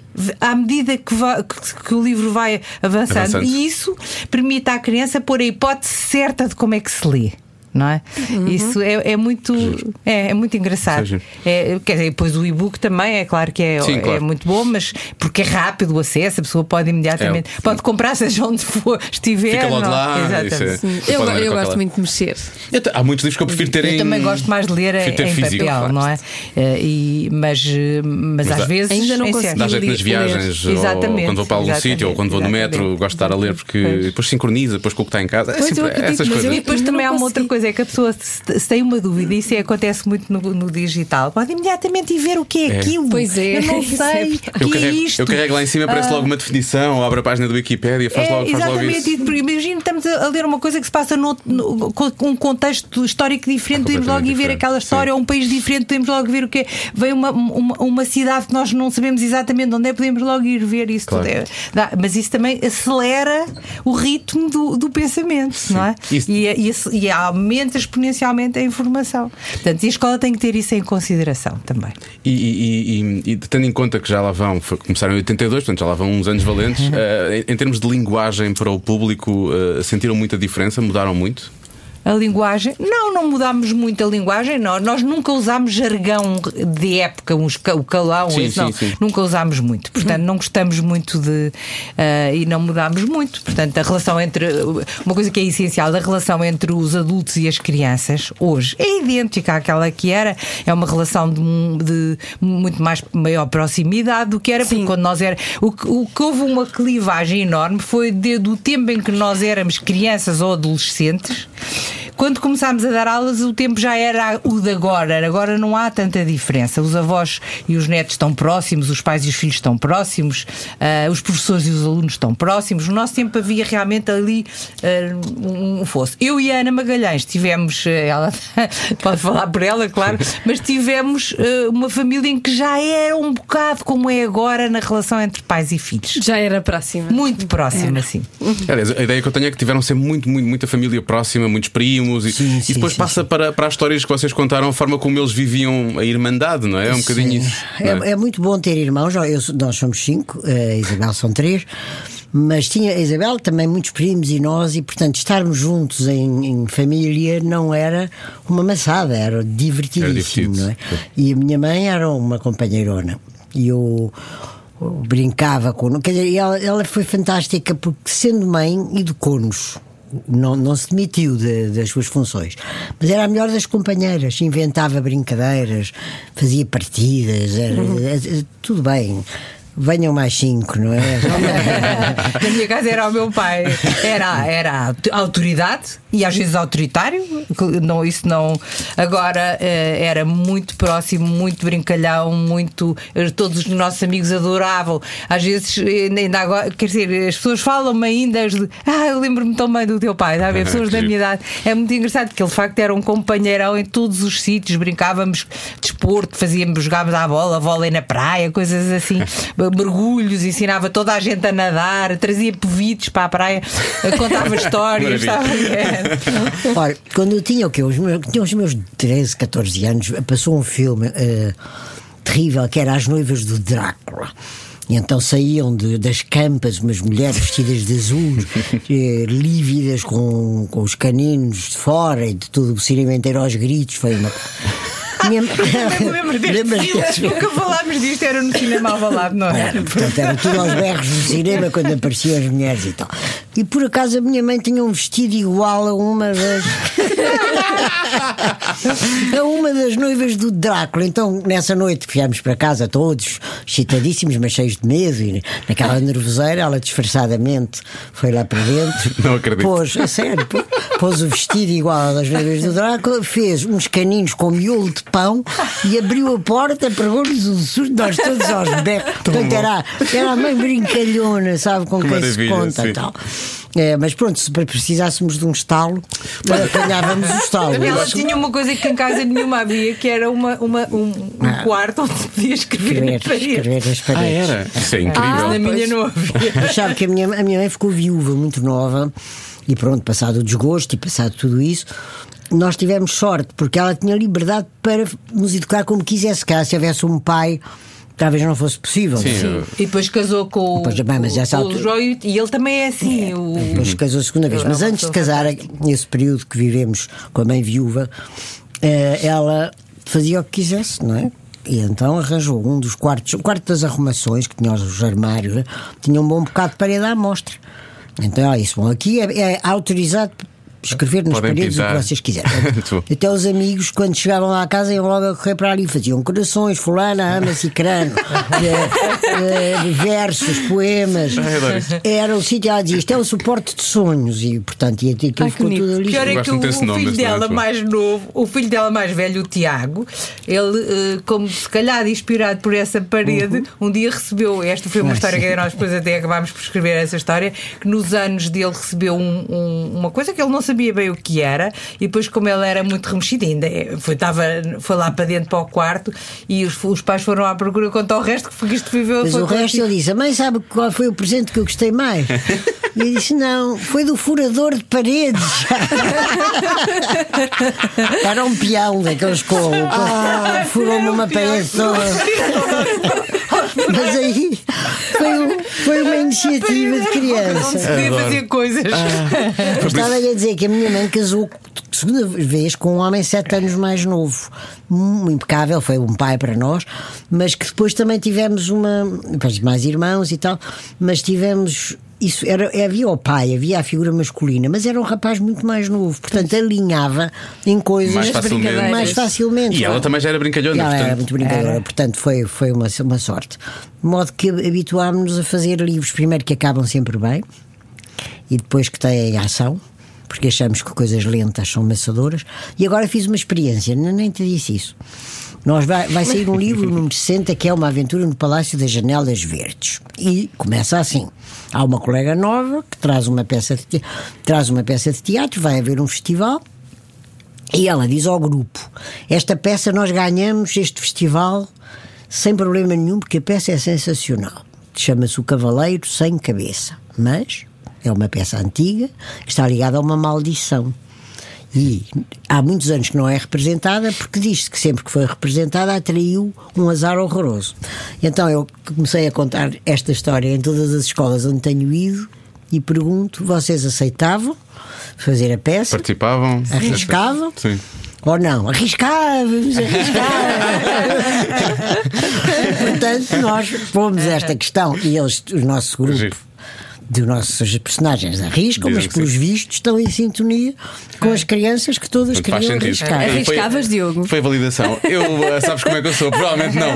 S4: à medida que, vai, que, que o livro vai avançando. avançando e isso permite à criança pôr a hipótese certa de como é que se lê. Não é? Uhum. Isso é, é muito é, é muito engraçado. É, quer dizer, depois o e-book também é claro que é, Sim, claro. é muito bom, mas porque é rápido o acesso, a pessoa pode imediatamente é, pode comprar, seja onde for estiver.
S3: Fica logo
S4: não?
S3: lá.
S4: Exatamente.
S2: É, eu eu gosto muito de mexer.
S3: Eu, há muitos livros que eu prefiro ter
S4: eu
S3: em.
S4: Eu também gosto mais de ler em, em
S3: físico,
S4: papel, não é? E, mas, mas, mas às vezes
S2: ainda não consigo.
S3: Dá jeito nas viagens, ou quando vou para algum sítio, ou quando vou no metro, gosto de estar a ler porque pois. depois sincroniza, depois com o que está em casa. É sempre, acredito, essas coisas.
S4: E depois também há uma outra coisa, é que a pessoa se tem uma dúvida, isso é, acontece muito no, no digital, pode imediatamente ir ver o que é, é. aquilo.
S2: Pois é.
S4: Eu não sei o que
S3: eu carrego,
S4: é isto.
S3: Eu carrego lá em cima, aparece ah. logo uma definição, ou abre a página do Wikipédia, faz, é, logo, faz logo isso.
S4: Exatamente. Imagina, estamos a ler uma coisa que se passa no, no, com um contexto histórico diferente, podemos logo ir ver aquela história, Sim. ou um país diferente, podemos logo ver o que é. Vem uma, uma, uma cidade que nós não sabemos exatamente onde é, podemos logo ir ver isso. Claro. Tudo é, dá, mas isso também acelera o ritmo do, do pensamento, Sim. não é? E, e, e aumenta exponencialmente a informação. Portanto, e a escola tem que ter isso em consideração também.
S3: E, e, e, e tendo em conta que já lá vão, foi, começaram em oitenta e dois, portanto já lá vão uns anos valentes, uh, em, em termos de linguagem para o público, uh, sentiram muita diferença? Mudaram muito?
S4: A linguagem? Não, não mudámos muito a linguagem. Não. Nós nunca usámos jargão de época, uns, o calão,
S3: sim,
S4: isso, não.
S3: Sim, sim.
S4: Nunca usámos muito. Portanto, não gostamos muito de. Uh, e não mudámos muito. Portanto, a relação entre. Uma coisa que é essencial, a relação entre os adultos e as crianças, hoje, é idêntica àquela que era. É uma relação de, de muito mais maior proximidade do que era, sim. porque quando nós era. O que, o que houve uma clivagem enorme foi desde o tempo em que nós éramos crianças ou adolescentes. Quando começámos a dar aulas, o tempo já era o de agora. Agora não há tanta diferença. Os avós e os netos estão próximos, os pais e os filhos estão próximos, uh, os professores e os alunos estão próximos. No nosso tempo havia realmente ali uh, um fosso. Eu e a Ana Magalhães tivemos, ela pode falar por ela, claro, mas tivemos uh, uma família em que já era um bocado como é agora na relação entre pais e filhos.
S2: Já era próxima.
S4: Muito próxima, é. sim.
S3: Aliás, a ideia que eu tenho é que tiveram sempre muito, muito, muita família próxima, muitos primos, e, sim, sim, e depois sim, passa sim. Para, para as histórias que vocês contaram, a forma como eles viviam a irmandade, não é? É um bocadinho isso.
S5: É, é? é muito bom ter irmãos. Eu, nós somos cinco, a Isabel são três. Mas tinha a Isabel também muitos primos e nós, e portanto estarmos juntos em, em família não era uma maçada, era divertidíssimo, era não é? E a minha mãe era uma companheirona e eu, eu brincava com, quer dizer, ela, ela foi fantástica porque, sendo mãe, educou-nos. Não, não se demitiu de, das suas funções, mas era a melhor das companheiras, inventava brincadeiras, fazia partidas, era, era, tudo bem. Venham mais cinco, não é?
S4: Na minha casa era o meu pai, era, era a autoridade e às vezes autoritário, não, isso não. Agora era muito próximo, muito brincalhão, muito. Todos os nossos amigos adoravam. Às vezes, ainda agora, quer dizer, as pessoas falam-me ainda de, ah, eu lembro-me tão bem do teu pai, sabe? As pessoas da minha idade. É muito engraçado porque ele de facto era um companheirão em todos os sítios, brincávamos desporto, fazíamos, jogávamos à bola, vôlei na praia, coisas assim. Mergulhos, ensinava toda a gente a nadar, trazia pevites para a praia, contava histórias.
S5: Olha, quando eu tinha o quê? Os meus, tinha os meus treze, catorze anos, passou um filme uh, terrível que era As Noivas do Drácula. E então saíam de, das campas umas mulheres vestidas de azul, eh, lívidas, com, com os caninos de fora e de todo o cinema inteiro aos gritos. Foi uma. Minha...
S4: Lembro deste filme. Nunca falámos disto, era no cinema Alvalade, não era?
S5: Era, portanto, era tudo aos berros no cinema quando apareciam as mulheres e tal. E por acaso a minha mãe tinha um vestido igual a uma das. a uma das noivas do Drácula. Então, nessa noite que viemos para casa, todos excitadíssimos, mas cheios de medo, e naquela nervoseira, ela disfarçadamente foi lá para dentro.
S3: Não acredito.
S5: Pôs, a sério, pôs o vestido igual ao das noivas do Drácula, fez uns caninhos com miolo de pão e abriu a porta, pegou-nos um susto, nós todos aos berros. Portanto, era, era a mãe brincalhona, sabe, com que quem se conta e tal. É, mas pronto, se precisássemos de um estalo, apanhávamos o estalo.
S4: Ela tinha uma coisa que em casa nenhuma havia, que era uma, uma, um, um ah, quarto onde se podia escrever, escrever nas paredes.
S5: Escrever nas paredes.
S3: Ah, era? Isso é incrível.
S4: Ah, na minha não havia.
S5: Mas sabe que a minha, a minha mãe ficou viúva muito nova e pronto, passado o desgosto e passado tudo isso, nós tivemos sorte, porque ela tinha liberdade para nos educar como quisesse. Cá, se houvesse um pai, talvez não fosse possível.
S4: Sim, sim. E depois casou com depois, bem, mas o, o Joio, e ele também é assim. É, o...
S5: Depois casou a segunda vez. Mas antes de casar, nesse período que vivemos com a mãe viúva, ela fazia o que quisesse, não é? E então arranjou um dos quartos, o quarto das arrumações, que tinha os armários, tinha um bom bocado de parede à mostra. Então ela disse: bom, aqui é, é autorizado escrever nas Podem paredes pintar. O que vocês quiserem. Até os amigos, quando chegavam lá à casa, iam logo a correr para ali, faziam corações, fulana, ama cicrano, versos, poemas. Era o sítio, ela dizia: isto é um suporte de sonhos, e portanto ia ter que ficou tudo ali.
S4: Pior é que o, o filho dela mais novo, o filho dela mais velho, o Tiago, ele, como se calhar inspirado por essa parede, uhum. um dia recebeu, esta foi uma ah, história sim. que nós depois até acabámos por escrever essa história, que nos anos dele recebeu um, um, uma coisa que ele não sabia sabia bem o que era, e depois, como ele era muito remexido, ainda foi, tava, foi lá para dentro para o quarto, e os, os pais foram à procura quanto ao resto, que isto viveu.
S5: Mas o resto ele disse: a mãe sabe qual foi o presente que eu gostei mais? E eu disse: não, foi do furador de paredes. Era um peão daqueles com ah, furou-me uma parede toda. Mas aí foi, um, foi uma iniciativa de criança.
S4: Não se podia fazer coisas.
S5: Ah, estava-lhe a dizer que a minha mãe casou segunda vez com um homem sete anos mais novo, um, impecável, foi um pai para nós, mas que depois também tivemos uma, mais irmãos e tal, mas tivemos isso, era, havia o pai, havia a figura masculina, mas era um rapaz muito mais novo, portanto alinhava em coisas
S3: mais facilmente.
S5: Mais facilmente
S3: e ela também já era brincalhona.
S5: Ela
S3: portanto...
S5: era muito brincalhona, era. Portanto foi, foi uma, uma sorte. De modo que habituámos-nos a fazer livros, primeiro que acabam sempre bem e depois que têm ação, porque achamos que coisas lentas são maçadoras. E agora fiz uma experiência, nem te disse isso. Nós vai, vai sair um livro, número sessenta, que é Uma Aventura no Palácio das Janelas Verdes. E começa assim: há uma colega nova que traz uma peça de teatro, traz uma peça de teatro, vai haver um festival, e ela diz ao grupo: esta peça nós ganhamos este festival sem problema nenhum, porque a peça é sensacional. Chama-se O Cavaleiro Sem Cabeça, mas é uma peça antiga que está ligada a uma maldição. E há muitos anos que não é representada, porque diz-se que sempre que foi representada atraiu um azar horroroso. Então eu comecei a contar esta história em todas as escolas onde tenho ido e pergunto: vocês aceitavam fazer a peça?
S3: Participavam?
S5: Arriscavam?
S3: Sim.
S5: Ou não? Arriscávamos, arriscávamos. Portanto, nós fomos esta questão e eles, o nosso grupo dos nossos personagens arriscam, mas pelos vistos estão em sintonia com as crianças que todas queriam arriscar.
S2: Arriscavas, Diogo?
S3: Foi a validação. Eu, sabes como é que eu sou? Provavelmente não.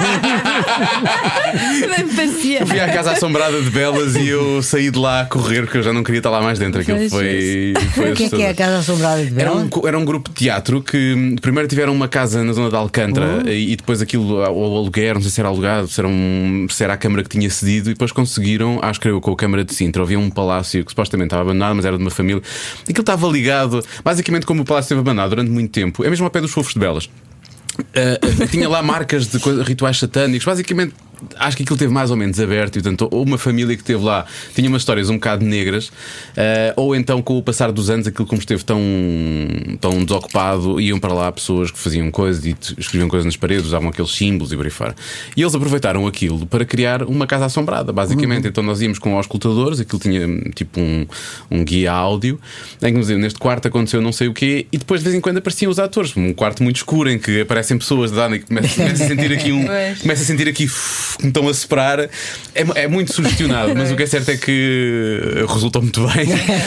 S2: Bem parecia.
S3: Eu fui à Casa Assombrada de Belas e eu saí de lá a correr porque eu já não queria estar lá mais dentro. Aquilo foi, foi
S5: o que é que é a Casa Assombrada de Belas?
S3: Era um, era um grupo de teatro que primeiro tiveram uma casa na zona de Alcântara, oh. e depois aquilo ao aluguer, não sei se era alugado, se era, um, se era a Câmara que tinha cedido, e depois conseguiram, acho que eu com a Câmara de Sintra, havia um palácio que supostamente estava abandonado, mas era de uma família. Aquilo estava ligado, basicamente, como o palácio esteve abandonado durante muito tempo, é mesmo ao pé dos Fofos de Belas. Uh, tinha lá marcas de coisa, rituais satânicos, basicamente. Acho que aquilo teve mais ou menos aberto, e portanto, ou uma família que esteve lá tinha umas histórias um bocado negras, uh, ou então com o passar dos anos, aquilo como esteve tão, tão desocupado, iam para lá pessoas que faziam coisas e escreviam coisas nas paredes, usavam aqueles símbolos e por aí fora. E eles aproveitaram aquilo para criar uma casa assombrada, basicamente. Uhum. Então nós íamos com auscultadores, aquilo tinha tipo um, um guia áudio, em que nos diziam: neste quarto aconteceu não sei o quê, e depois de vez em quando apareciam os atores. Um quarto muito escuro em que aparecem pessoas de e começa a sentir aqui um. Começa a sentir aqui que me estão a separar. É, é muito sugestionado, mas o que é certo é que resultou muito bem.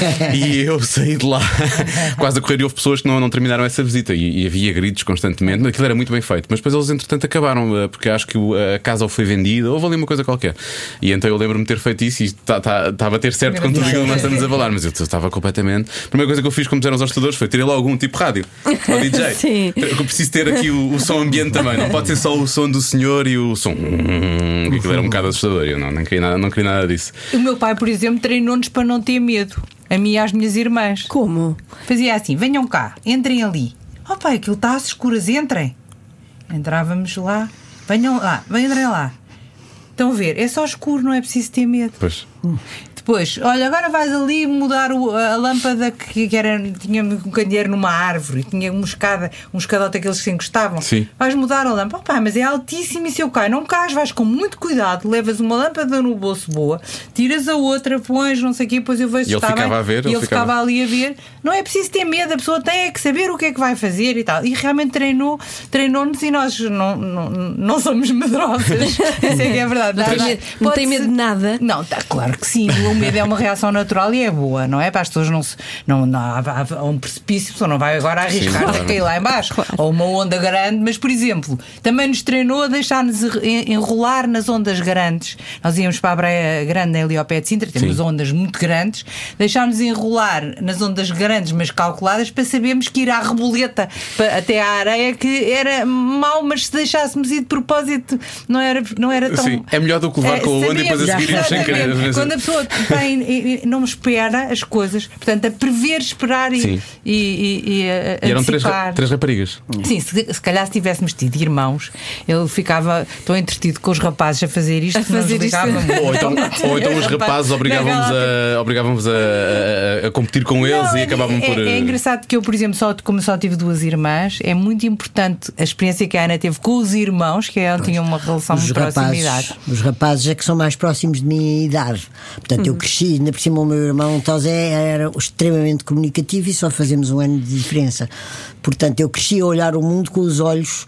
S3: E eu saí de lá quase a correr, e houve pessoas que não, não terminaram essa visita, e, e havia gritos constantemente, mas aquilo era muito bem feito. Mas depois eles entretanto acabaram, porque acho que a casa foi vendida, houve ali uma coisa qualquer. E então eu lembro-me de ter feito isso e estava tá, tá, a ter certo com tudo aquilo que nós estamos a falar. Mas eu estava completamente. A primeira coisa que eu fiz, como disseram os hostadores, foi tirei logo um tipo rádio ao D J.
S2: Sim.
S3: Eu preciso ter aqui o, o som ambiente também, não pode ser só o som do senhor e o som. Aquilo era um bocado assustador. Eu não, não, queria nada, não queria nada disso.
S4: O meu pai, por exemplo, treinou-nos para não ter medo. A mim e às minhas irmãs.
S2: Como?
S4: Fazia assim: venham cá, entrem ali. Oh pai, aquilo está às escuras, entrem. Entrávamos lá, venham lá, entrem lá. Estão a ver, é só escuro, não é preciso ter medo.
S3: Pois.
S4: Depois, olha, agora vais ali mudar o, a lâmpada que, que era, tinha um candeeiro numa árvore, tinha uma escada, um escadote aqueles que se encostavam.
S3: Sim.
S4: Vais mudar a lâmpada. Oh, pá, mas é altíssimo, e se eu caio? Não cais, vais com muito cuidado, levas uma lâmpada no bolso boa, tiras a outra, pões, não sei o quê, depois eu vejo
S3: se está bem.
S4: A
S3: ver,
S4: e ele, ele
S3: ficava...
S4: ficava ali a ver. Não é preciso ter medo, a pessoa tem é que saber o que é que vai fazer e tal. E realmente treinou, treinou-nos, e nós não, não, não somos medrosas. Isso é que é verdade.
S2: Não, não, não tem medo de nada.
S4: Não, tá, claro que sim. O medo é uma reação natural e é boa, não é? Para as pessoas não se. Não, não, há, há um precipício, a pessoa não vai agora arriscar sim, claro. a cair lá em baixo. Claro. Ou uma onda grande, mas, por exemplo, também nos treinou a deixar-nos enrolar nas ondas grandes. Nós íamos para a Breia Grande, ali ao pé de Sintra, temos sim. ondas muito grandes, deixámos enrolar nas ondas grandes, mas calculadas, para sabermos que ir à reboleta até à areia, que era mau, mas se deixássemos ir de propósito, não era, não era tão.
S3: Sim, é melhor do que levar é, com a onda e depois a seguir irmos sem querer.
S4: Quando a pessoa tem, não espera as coisas, portanto, a prever, esperar e, e, e, e, a,
S3: e eram três, três raparigas.
S4: Sim, se, se calhar se tivéssemos tido irmãos, ele ficava tão entretido com os rapazes a fazer isto, a fazer isto.
S3: Ou então, ou então os rapazes obrigavam-vos a, obrigavam-vos a, a, a competir com eles não, e acabavam
S4: é,
S3: por.
S4: É, é engraçado que eu, por exemplo, só, como só tive duas irmãs, é muito importante a experiência que a Ana teve com os irmãos, que ela tinha uma relação de proximidade.
S5: Os rapazes é que são mais próximos de minha idade. Portanto, eu cresci, ainda por cima o meu irmão Tosé era extremamente comunicativo e só fazemos um ano de diferença. Portanto, eu cresci a olhar o mundo com os olhos,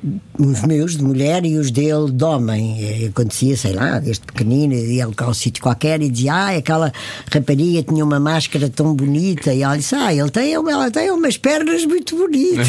S5: os meus de mulher e os dele de homem. Acontecia, sei lá, desde pequenino, ia a um sítio qualquer e dizia: ah, aquela rapariga tinha uma máscara tão bonita, e ela disse: ah, ele tem, ela tem umas pernas muito bonitas.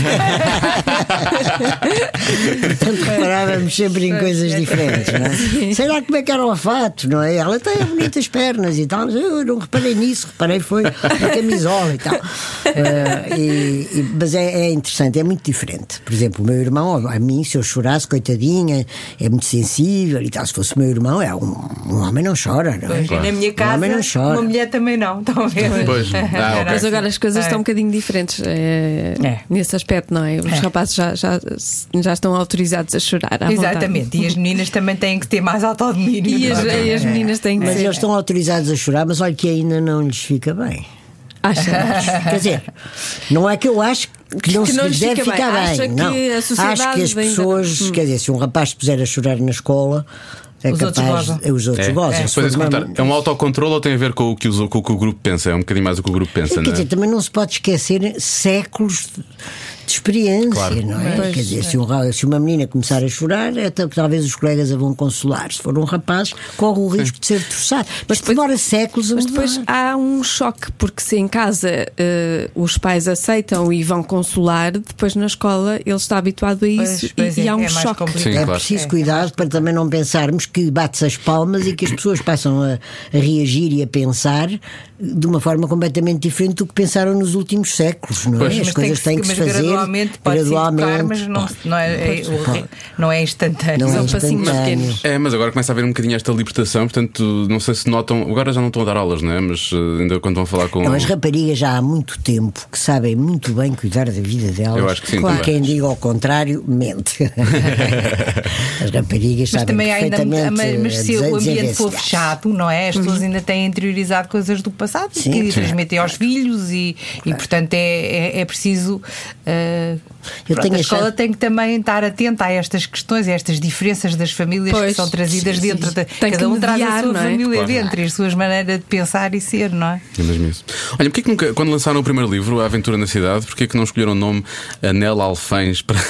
S5: Portanto, reparávamos sempre em coisas diferentes, não é? Sei lá como é que era o fato, não é? Ela tem bonitas pernas e tal, eu não reparei nisso, reparei foi na camisola e tal. Uh, e, e, mas é, é interessante, é muito diferente. Por exemplo, o meu irmão, a mim, se eu chorasse, coitadinha, é muito sensível e tal. Se fosse o meu irmão, é um, um homem não chora, não é?
S4: Claro. Na minha casa, um homem não chora. Uma mulher também não, estão a ver?
S3: Pois. Ah, okay.
S2: Mas agora as coisas é. estão um bocadinho diferentes é, é. nesse aspecto, não é? Os é. rapazes já, já, já estão autorizados a chorar à
S4: exatamente, vontade. E as meninas também têm que ter mais autodomínio.
S2: E as, e as meninas têm que
S5: Mas
S2: ser.
S5: eles estão autorizados a chorar, mas olha que ainda não lhes fica bem.
S2: Acha?
S5: Quer dizer, não é que eu acho que não
S2: que
S5: se
S2: não
S5: deve
S2: fica
S5: ficar
S2: bem.
S5: bem.
S2: Acha
S5: não.
S2: que a sociedade
S5: acho que as pessoas,
S2: ainda...
S5: quer dizer, se um rapaz se puser a chorar na escola, é
S4: os
S5: capaz.
S4: Outros
S5: de, os outros
S3: é.
S5: gozam.
S3: É.
S5: Se
S3: Uma...
S5: uma...
S3: é um autocontrole ou tem a ver com o, que o, com o que o grupo pensa? É um bocadinho mais o que o grupo pensa,
S5: Quer
S3: não é?
S5: dizer, também não se pode esquecer séculos de, de experiência,
S3: claro.
S5: não é?
S2: Pois,
S5: Quer dizer,
S2: é.
S5: se, um, se uma menina começar a chorar, é, talvez os colegas a vão consolar. Se for um rapaz, corre o risco de ser torçado. Mas depois, demora séculos a
S2: Mas
S5: mudar.
S2: depois há um choque, porque se em casa uh, os pais aceitam e vão consolar, depois na escola ele está habituado a isso
S4: Pois, pois
S2: e,
S4: é,
S2: e há um
S4: é mais
S2: choque.
S4: complicado.
S3: Sim,
S5: É
S3: claro.
S5: preciso
S4: É,
S5: cuidado para também não pensarmos que bate-se as palmas e que as pessoas passam a, a reagir e a pensar de uma forma completamente diferente do que pensaram nos últimos séculos, não é?
S3: Pois.
S5: As
S4: Mas
S5: coisas
S4: tem
S5: têm
S4: que,
S5: que se
S4: mas
S5: fazer
S4: gradualmente, pode
S5: gradualmente.
S4: Educar, mas não, não, é, é, o- não é instantâneo.
S5: Não é
S2: São passinhos
S5: instantâneo.
S2: pequenos.
S3: É, mas agora começa a haver um bocadinho esta libertação, portanto, não sei se notam. Agora já não estão a dar aulas, não é? Mas uh, ainda quando vão falar com.
S5: Não, as raparigas já há muito tempo que sabem muito bem cuidar da vida delas.
S3: Eu acho que sim,
S5: Claro.
S3: também.
S5: Quem diga ao contrário, mente. As raparigas
S4: Mas
S5: sabem
S4: também há ainda,
S5: perfeitamente.
S4: mas, mas se o ambiente for
S5: desenvencilhar-se.
S4: fechado, não é? As pessoas ainda têm interiorizado coisas do passado
S5: Sim,
S4: que
S5: sim.
S4: transmitem aos filhos e, e portanto, é, é, é preciso. Uh,
S5: Eu
S4: pronto,
S5: tenho
S4: a escola
S5: achado-
S4: tem que também estar atenta a estas questões, a estas diferenças das famílias
S2: Pois,
S4: que são trazidas
S2: sim,
S4: dentro
S2: sim.
S4: da.
S2: Tem
S4: Cada
S2: que
S4: um traz a
S2: mediar,
S4: sua
S2: não é?
S4: família
S3: Claro.
S4: dentro e as suas maneiras de pensar e ser, não é?
S3: É mesmo isso. Olha, porquê que nunca, quando lançaram o primeiro livro, A Aventura na Cidade, porquê que não escolheram o nome Anel Alfães para,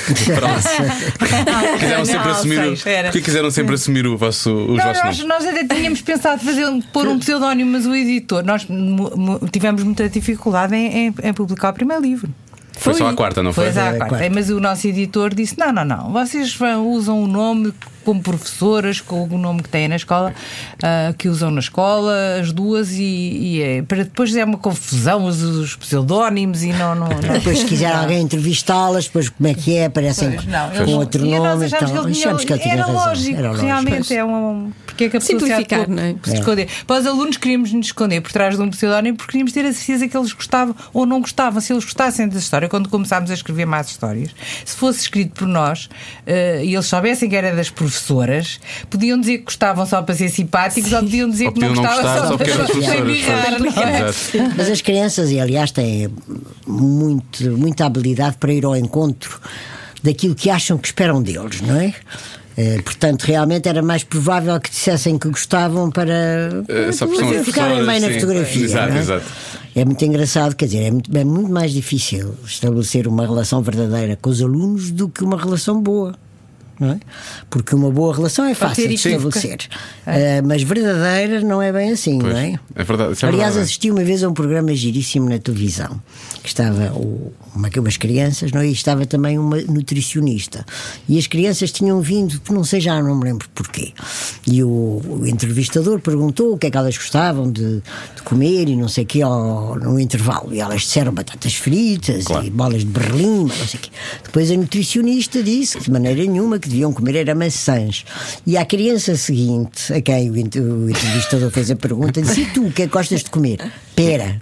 S3: para quiseram sempre
S4: Anel
S3: assumir o,
S4: Alfães, era.
S3: porquê quiseram sempre assumir o vosso, os
S4: Não,
S3: vossos
S4: nós,
S3: nomes?
S4: nós até tínhamos pensado fazer, pôr um pseudónimo, mas o editor, nós mu- mu- tivemos muita dificuldade em, em- em publicar o primeiro livro.
S3: Foi só a quarta, não foi?
S4: Pois à
S5: Foi a
S4: quarta.
S5: quarta.
S4: Mas o nosso editor disse: não, não, não, vocês vão- usam o nome como professoras, com o nome que têm na escola, ah, que usam na escola, as duas, e, e é, para depois é uma confusão os, os pseudónimos e não. não, não.
S5: Depois, se quiser alguém entrevistá-las, depois como é que é? Aparecem
S4: Pois, não,
S5: com
S4: eles-
S5: outro
S4: e nós
S5: nome.
S4: achámos
S5: Então,
S4: que ele tinha-
S5: achamos que ele tinha
S4: era,
S5: razão.
S4: lógico,
S5: Era lógico.
S4: realmente é um. Porque é que a pessoa
S2: Simplificar,
S4: se há de
S2: não é?
S4: se esconder. Para os alunos queríamos nos esconder por trás de um pseudónimo porque queríamos ter a certeza que eles gostavam ou não gostavam. Se eles gostassem da história, quando começámos a escrever mais histórias, se fosse escrito por nós eh, e eles soubessem que era das professoras, podiam dizer que gostavam só para ser simpáticos ou podiam dizer
S3: Ou
S4: que não
S3: podiam não
S4: gostavam
S3: gostar
S4: só
S3: só porque
S4: para
S3: eram
S4: para
S3: professoras.
S4: birrar, não é?
S3: Exato.
S5: Mas as crianças, e aliás, têm muito, muita habilidade para ir ao encontro daquilo que acham que esperam deles, não é? Eh, portanto, realmente era mais provável que dissessem que gostavam para,
S3: Eh, só por
S5: para
S3: serem
S5: ficarem
S3: professoras,
S5: bem na
S3: sim.
S5: fotografia.
S3: Exato,
S5: não é?
S3: exato.
S5: É muito engraçado, quer dizer, é muito, é muito mais difícil estabelecer uma relação verdadeira com os alunos do que uma relação boa. Não é? Porque uma boa relação é fácil
S4: ter
S5: de
S4: equívoca.
S5: estabelecer, Eh, mas verdadeira não é bem assim,
S3: Pois,
S5: não é?
S3: é verdade, isso é
S5: Aliás,
S3: verdade.
S5: assisti uma vez a um programa giríssimo na televisão que estava o, uma, umas crianças, não é? E estava também uma nutricionista. E as crianças tinham vindo, não sei, já não me lembro porquê. E o, o entrevistador perguntou o que é que elas gostavam de, de comer e não sei o quê ao, no intervalo. E elas disseram batatas fritas
S3: Claro.
S5: e bolas de berlim, não sei o quê. Depois a nutricionista disse que de maneira nenhuma que deviam comer era maçãs. E à criança seguinte, a quem o, ent- o entrevistador fez a pergunta, disse: e tu, o que é que gostas de comer? Pera.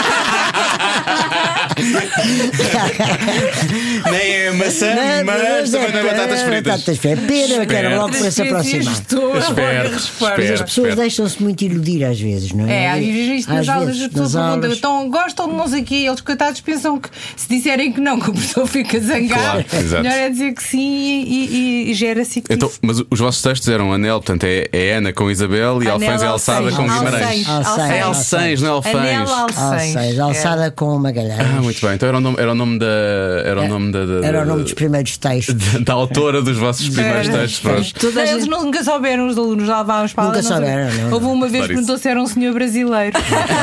S3: Nem é maçã, mas também não é batatas fritas.
S5: Batatas fritas. Pera, eu quero logo para se aproximar.
S3: Espero, espero,
S5: As pessoas
S3: espero.
S5: deixam-se muito iludir às vezes, não é?
S4: É, às vezes isto nas
S5: Às
S4: aulas
S5: vezes,
S4: as pessoas
S5: nas
S4: perguntam,
S5: aulas.
S4: então gostam de não sei o quê, eles coitados pensam que se disserem que não, que o professor fica zangado,
S3: Claro, exato.
S4: melhor é dizer que sim e, e, e gera-se que
S3: Então, mas os vossos textos eram Anel, portanto é, é Ana com Isabel e Alfães e Alçada com Guimarães.
S5: Alçães.
S3: É Alçães, não é Alfães.
S4: Anel
S5: Alçães,
S4: Alçães.
S5: alçada com Magalhães.
S3: Ah, muito bem. Então era o nome, era o nome da. Era o nome da. da-
S5: Era o
S3: da-
S5: nome dos primeiros textos.
S3: da, da autora dos vossos primeiros
S4: Era.
S3: textos. Pronto.
S2: Toda a
S4: Eles
S2: gente-
S4: nunca souberam, os alunos lá vamos para
S5: Nunca
S4: lá, não
S5: souberam,
S4: souberam.
S5: não.
S4: Houve uma vez
S3: Claro,
S4: que perguntou se era um senhor brasileiro.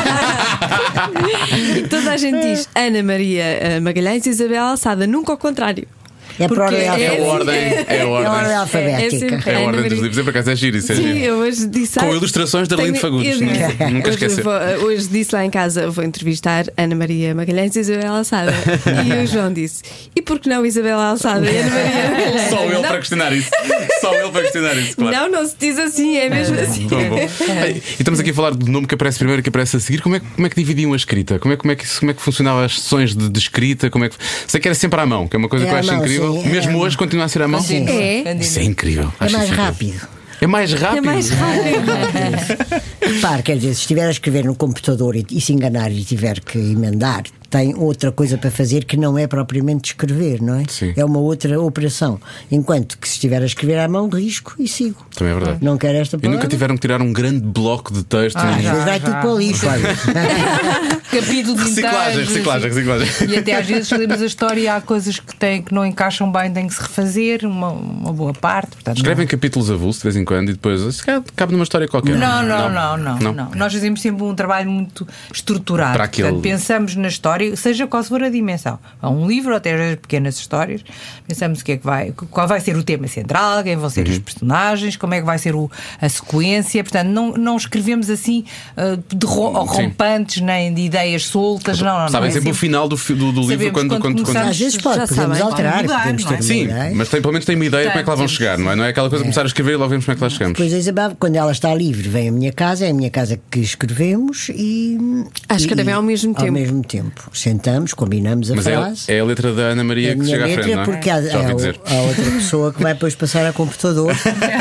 S2: E toda a gente diz Ana Maria eh, Magalhães e Isabel Alçada, nunca ao contrário.
S5: É por
S2: Porque
S5: ordem
S3: É a
S5: alfabética.
S3: ordem. É a
S5: É a ordem
S3: ordem.
S5: alfabética.
S2: sempre-
S3: É a
S2: Ana
S3: ordem dos
S2: Maria-
S3: livros. É por acaso é giro, isso é
S2: Sim,
S3: giro.
S2: eu hoje disse.
S3: Com
S2: ah,
S3: ilustrações da Arlindo
S2: tenho-
S3: Fagundes.
S2: eu disse-
S3: Nunca- Nunca
S2: hoje,
S3: esquecer.
S2: vou- hoje disse lá em casa: vou entrevistar Ana Maria Magalhães e Isabel Alçada. E o João disse: e por que não Isabel Alçada e Ana Maria Magalhães?
S3: Só ele
S2: não,
S3: para questionar isso. Só ele para questionar isso, claro.
S2: Não, não se diz assim, é mesmo assim.
S3: Tão bom. Bem, e estamos aqui a falar do nome que aparece primeiro e que aparece a seguir. Como é, que- como é que dividiam a escrita? Como é, como é, que, como é que funcionavam as sessões de, de escrita? Como é que... Sei que era sempre à mão, que é uma coisa
S5: É
S3: que eu
S5: à
S3: acho
S5: mão,
S3: incrível.
S5: sim, é
S3: Mesmo
S5: à
S3: hoje continua a ser à mão.
S5: Sim.
S2: É.
S3: Isso é incrível.
S5: É
S3: Acho
S5: mais
S3: isso incrível.
S5: rápido.
S3: É mais rápido.
S2: É mais rápido.
S5: repare, quer dizer, se estiver a escrever no computador e, e se enganar e tiver que emendar, tem outra coisa para fazer que não é propriamente escrever, não é?
S3: Sim.
S5: É uma outra operação. Enquanto que se estiver a escrever à mão, risco e sigo.
S3: Também é verdade.
S5: Não quero esta
S3: E
S5: palavra.
S3: nunca tiveram que tirar um grande bloco de texto.
S5: Ah,
S3: nem-
S5: às vezes vai tudo para o lixo, olha.
S4: Capítulos
S3: Reciclagem,
S4: inteiros,
S3: reciclagem,
S4: assim.
S3: reciclagem.
S4: E até às vezes lemos a história e há coisas que, têm, que não encaixam bem, tem que se refazer, uma, uma boa parte. Portanto,
S3: Escrevem capítulos avulsos de vez em quando e depois se calhar cabe numa história qualquer.
S4: Não, não, não, não, não, não. Nós fazemos sempre um trabalho muito estruturado.
S3: Para aquele-
S4: Portanto, pensamos na história, seja qual for a dimensão. Há um livro, ou até as pequenas histórias, pensamos o que é que vai, qual vai ser o tema central, quem vão ser
S3: Uhum.
S4: os personagens, como é que vai ser o, a sequência. Portanto, não, não escrevemos assim uh, de ro- rompantes nem de ideias soltas. Não, não,
S3: Sabem
S4: não, é
S3: sempre o final do, fi- do, do livro
S4: Sabemos
S3: quando,
S4: quando
S3: quando,
S4: começamos.
S5: Às vezes pode,
S2: Já
S5: podemos
S2: sabem,
S5: alterar,
S4: pode mudar,
S5: podemos
S4: não
S5: ter
S4: é?
S5: uma
S3: Sim,
S5: ideia.
S3: mas tem, pelo menos tem uma ideia de como é que lá vão
S4: Portanto,
S3: chegar, não é? Não é aquela coisa de começar a escrever e logo vemos como é que lá chegamos.
S5: Depois a Isabel, quando ela está livre, vem à minha casa, é a minha casa que escrevemos e.
S2: Ah, escrevem
S5: e-
S2: ao mesmo
S5: Ao
S2: tempo.
S5: mesmo tempo. Sentamos, combinamos a
S3: Mas é,
S5: frase.
S3: é a letra da Ana Maria
S5: A
S3: que
S5: minha
S3: chega à
S5: letra
S3: frente, não é?
S5: porque há,
S3: Já ouvi
S5: há,
S3: dizer.
S5: há outra pessoa que vai depois passar a computador.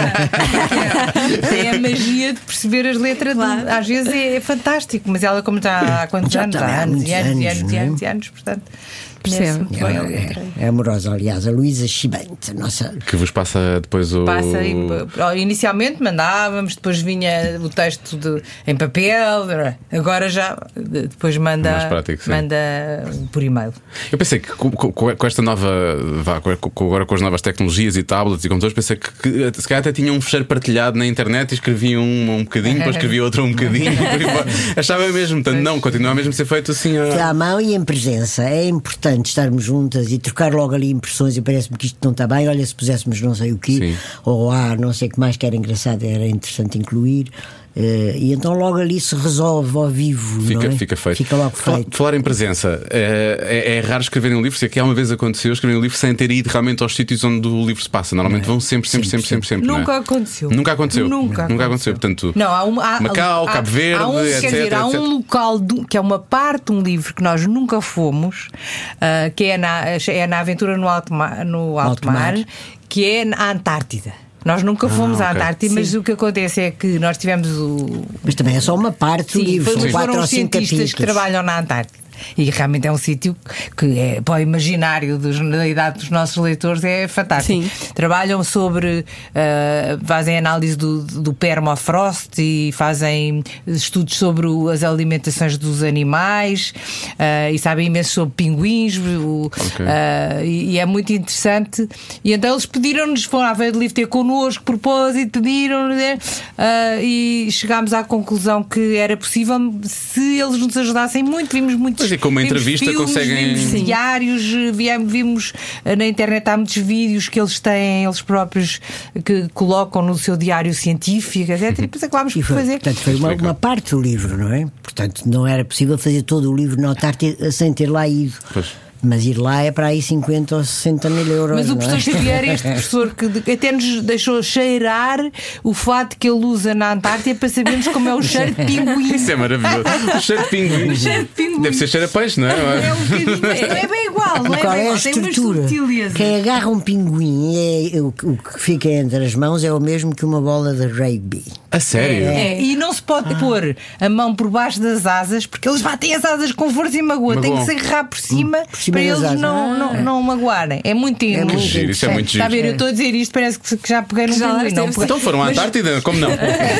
S4: É a magia de perceber as letras.
S2: Claro.
S4: Às vezes é, é fantástico, mas ela, como está há quantos
S5: Já
S4: anos?
S5: está há
S4: Há anos
S5: muitos
S4: e anos e
S5: anos,
S4: anos e
S5: não é?
S4: anos e anos, portanto,
S2: Percebe.
S4: conhece muito bem a
S5: É,
S4: letra.
S5: é amorosa, aliás, a Luísa Chibante, a nossa.
S3: Que vos passa depois o.
S4: Passa e, ó, inicialmente mandávamos, depois vinha o texto de, em papel, agora já depois manda,
S3: Mais prático, sim.
S4: manda por e-mail.
S3: Eu pensei que com, com- com esta nova. Vá, com- com- agora com as novas tecnologias e tablets e computadores, pensei que, que se calhar até tinham um fecheiro partilhado na internet e escrevia um, um bocadinho, depois escrevia outro um bocadinho. e por aí fora. Achava mesmo, portanto, não, continua mesmo a ser feito assim. a-
S5: À mão e em presença. É importante estarmos juntas e trocar logo ali impressões. E parece-me que isto não está bem. Olha, se puséssemos não sei o quê,
S3: Sim.
S5: ou ah, não sei o que mais que era engraçado, era interessante incluir. Eh, e então logo ali se resolve ao vivo.
S3: Fica,
S5: não é?
S3: fica feito.
S5: Fica logo
S3: Fal-
S5: feito.
S3: Falar em presença, é, é, é raro escrever um livro. Se aqui há uma vez aconteceu, escrever um livro sem ter ido realmente aos sítios onde o livro se passa. Normalmente vão sempre, sempre, sempre, sempre, sempre. não é?
S4: Nunca aconteceu.
S3: Nunca aconteceu.
S4: Nunca
S3: Nunca aconteceu. Portanto,
S4: Não, há um, há,
S3: Macau,
S4: há-
S3: Cabo Verde,
S4: há um,
S3: etc,
S4: Quer dizer, há
S3: etcétera.
S4: um local do- que é uma parte de um livro que nós nunca fomos, ah, que é na, é na Aventura no Alto Mar, no alto
S5: Alto
S4: mar,
S5: mar.
S4: que é na Antártida. Nós nunca fomos
S3: Ah,
S4: à
S3: ok.
S4: Antártida, mas o que acontece é que nós tivemos o.
S5: Mas também é só uma parte do
S4: Sim,
S5: livro, são
S4: foram
S5: quatro
S4: os
S5: ou cinco
S4: cientistas
S5: capítulos.
S4: que trabalham na Antártida. E realmente é um sítio que é para o imaginário dos, da idade dos nossos leitores é fantástico.
S2: Sim.
S4: Trabalham sobre, ah, fazem análise do, do permafrost e fazem estudos sobre o- as alimentações dos animais, ah, e sabem imenso sobre pinguins, o-
S3: Ok.
S4: ah, e, e é muito interessante. E então eles pediram-nos, foram à Feira de Livro ter connosco, propósito, pediram-nos, né? Ah, e chegámos à conclusão que era possível se eles nos ajudassem muito. Vimos muitos.
S3: Pois é, com uma
S4: vimos
S3: entrevista
S4: filmes,
S3: conseguem-
S4: Vimos
S2: Sim.
S4: diários, viemos, vimos eh, na internet há muitos vídeos que eles têm, eles próprios que colocam no seu diário científico, etcétera. E depois acabámos
S5: E
S4: por
S5: foi,
S4: fazer.
S5: portanto, foi uma,
S3: Explica.
S5: uma parte do livro, não é? Portanto, não era possível fazer todo o livro na Antártida sem ter lá ido.
S3: Pois.
S5: Mas ir lá é para aí cinquenta ou sessenta mil euros.
S4: Mas o
S5: não é?
S4: professor Xavier é este professor que de- até nos deixou cheirar o fato que ele usa na Antártida para sabermos como é o cheiro de pinguim.
S3: Isso é maravilhoso. O cheiro de pinguim.
S4: cheiro de pinguim.
S3: Deve ser cheiro a peixe, não é?
S4: É um bocadinho, é, é bem igual, não é?
S5: Qual
S4: bem
S5: é a
S4: igual, tem umas
S5: estrutura?
S4: subtilezas.
S5: Quem agarra um pinguim, é, o, que- o que fica entre as mãos é o mesmo que uma bola de rugby.
S3: A sério?
S4: É, e não se pode pôr a mão por baixo das asas porque eles batem as asas com força e magoa. Tem que
S3: Magoam.
S4: se agarrar por cima,
S5: Por cima
S4: para
S5: das
S4: eles
S5: asas.
S4: não, não, não magoarem. É muito
S5: É muito
S3: Giro, isso é muito
S4: Está a
S3: giro.
S4: ver? Eu estou a dizer isto, parece que que já peguei num
S2: Já
S4: pinguim. Não,
S2: deve
S4: peguei.
S3: Então foram à
S4: Mas-
S3: Antártida? Como não?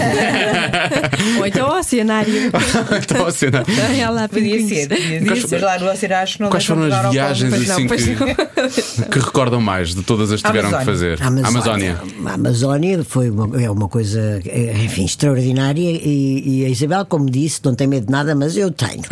S2: Ou então ao oceanário.
S3: Então, a cena.
S2: Olha lá,
S4: Podia
S2: pinguins.
S4: ser, podia ser.
S3: Quais-
S4: Mas lá no oceano acho que não
S3: Quais
S4: deixam
S3: foram
S4: pegar
S3: as
S4: ao
S3: viagens
S4: colo.
S2: Pois não,
S3: assim
S2: pois
S3: que, que recordam mais de todas as que tiveram que
S4: Amazónia.
S3: fazer?
S5: A Amazónia.
S3: Amazónia.
S5: A Amazónia foi uma, é uma coisa, é, enfim, extraordinária. E, e a Isabel, como disse, não tem medo de nada, mas eu tenho.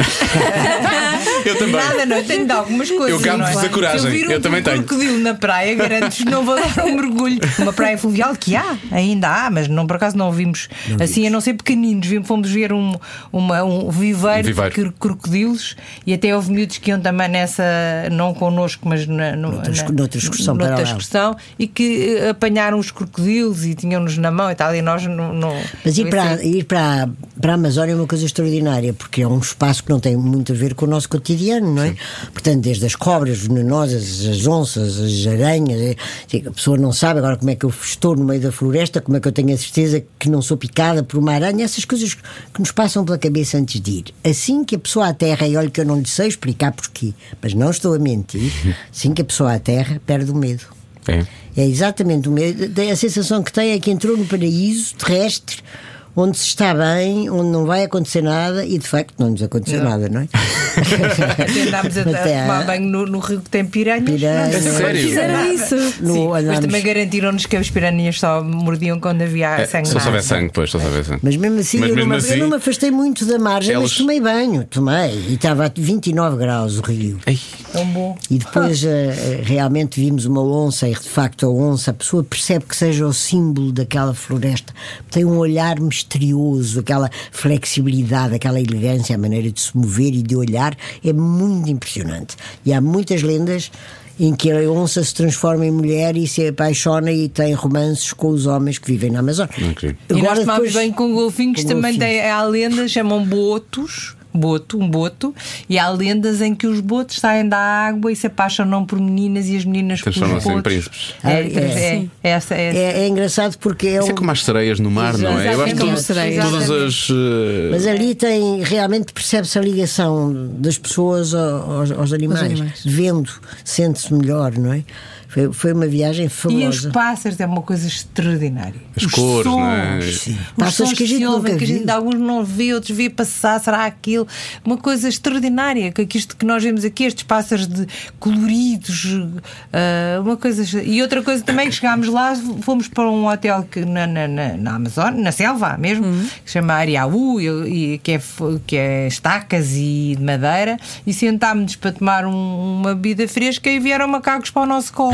S3: Eu também.
S4: Nada, não, eu tenho de algumas coisas.
S3: Eu gabo-vos
S4: não é?
S3: a coragem,
S4: Se eu vir um
S3: eu também tenho.
S4: crocodilo na praia, garanto-vos que não vou dar um mergulho. Uma praia fluvial que há, ainda há, mas não, por acaso não vimos assim, a não ser pequeninos. Vimos, fomos ver um, uma, um viveiro,
S3: Um viveiro.
S4: de cro- crocodilos e até houve miúdos que iam também nessa, não connosco, mas na, no,
S5: Noutra
S4: na,
S5: excu- noutra excursão
S4: noutra
S5: paralela.
S4: excursão, e que eh, apanharam os crocodilos e tinham-nos na mão e tal, e nós não. não
S5: Mas ir
S4: não
S5: para,
S4: sei.
S5: ir para, para a Amazónia é uma coisa extraordinária, porque é um espaço que não tem muito a ver com o nosso cotidiano. cotidiano, não é? Sim. Portanto, desde as cobras venenosas, as onças, as aranhas, a pessoa não sabe agora como é que eu estou no meio da floresta, como é que eu tenho a certeza que não sou picada por uma aranha, essas coisas que nos passam pela cabeça antes de ir. Assim que a pessoa aterra, e olha que eu não lhe sei explicar porquê, mas não estou a mentir, assim que a pessoa aterra, perde o medo. É. É exatamente o medo. A sensação que tem é que entrou no paraíso terrestre, onde se está bem, onde não vai acontecer nada, e de facto não nos aconteceu não. nada, não é?
S4: Andámos a, a tomar banho no, no rio que tem piranhas.
S5: Piranhas.
S3: É sério?
S2: Fizeram isso.
S5: No,
S4: Sim,
S5: andámos...
S4: Mas também garantiram-nos que as piranhas só mordiam quando havia
S3: é,
S4: sangue.
S3: Só se houver sangue, pois, só se houver sangue.
S5: Mas mesmo assim,
S3: mas
S5: eu,
S3: mesmo
S5: não,
S3: assim...
S5: eu não me afastei muito da margem,
S3: Elas...
S5: mas tomei banho, tomei. E estava a vinte e nove graus o rio.
S3: Ei.
S4: Tão bom.
S5: E depois uh, realmente vimos uma onça, e de facto a onça, a pessoa percebe que seja o símbolo daquela floresta. Tem um olhar misterioso, aquela flexibilidade, aquela elegância, a maneira de se mover e de olhar é muito impressionante. E há muitas lendas em que a onça se transforma em mulher e se apaixona e tem romances com os homens que vivem na Amazónia.
S3: Okay.
S4: E
S5: Agora,
S4: nós tomamos
S5: depois,
S4: bem com golfinhos,
S5: com
S4: também
S5: golfinhos.
S4: tem a lenda, chamam botos. Boto, um boto, e há lendas em que os botos saem da água e se apaixonam por meninas e as meninas por
S3: transformam-se em
S4: botos.
S3: príncipes.
S4: É,
S5: Ah,
S4: é,
S5: é.
S4: é, essa, é, essa.
S5: É, é engraçado porque é,
S3: Isso
S5: um...
S3: é como as sereias no mar, não é? Eu acho que
S4: Como
S3: todas,
S4: sereias.
S3: todas as. Uh...
S5: Mas ali tem, realmente percebe-se a ligação das pessoas aos, aos animais.
S2: Os animais.
S5: Vendo, sente-se melhor, não é? Foi, foi uma viagem fabulosa.
S4: E os pássaros é uma coisa extraordinária.
S3: As
S4: os
S3: cores,
S4: sons,
S3: não é?
S4: Os
S5: Pássaros
S4: sons
S5: que a gente
S4: se ouvem,
S5: nunca
S4: que a gente,
S5: viu.
S4: alguns não vê, outros vê passar, será aquilo? Uma coisa extraordinária, que que isto que nós vemos aqui, estes pássaros de coloridos, uh, uma coisa. E outra coisa também, que chegámos lá, fomos para um hotel que na, na, na, na Amazónia, na selva mesmo, uhum. que se chama Ariaú, e, e, que, é, que é estacas e de madeira, e sentámos-nos para tomar um, uma bebida fresca e vieram macacos para o nosso colo.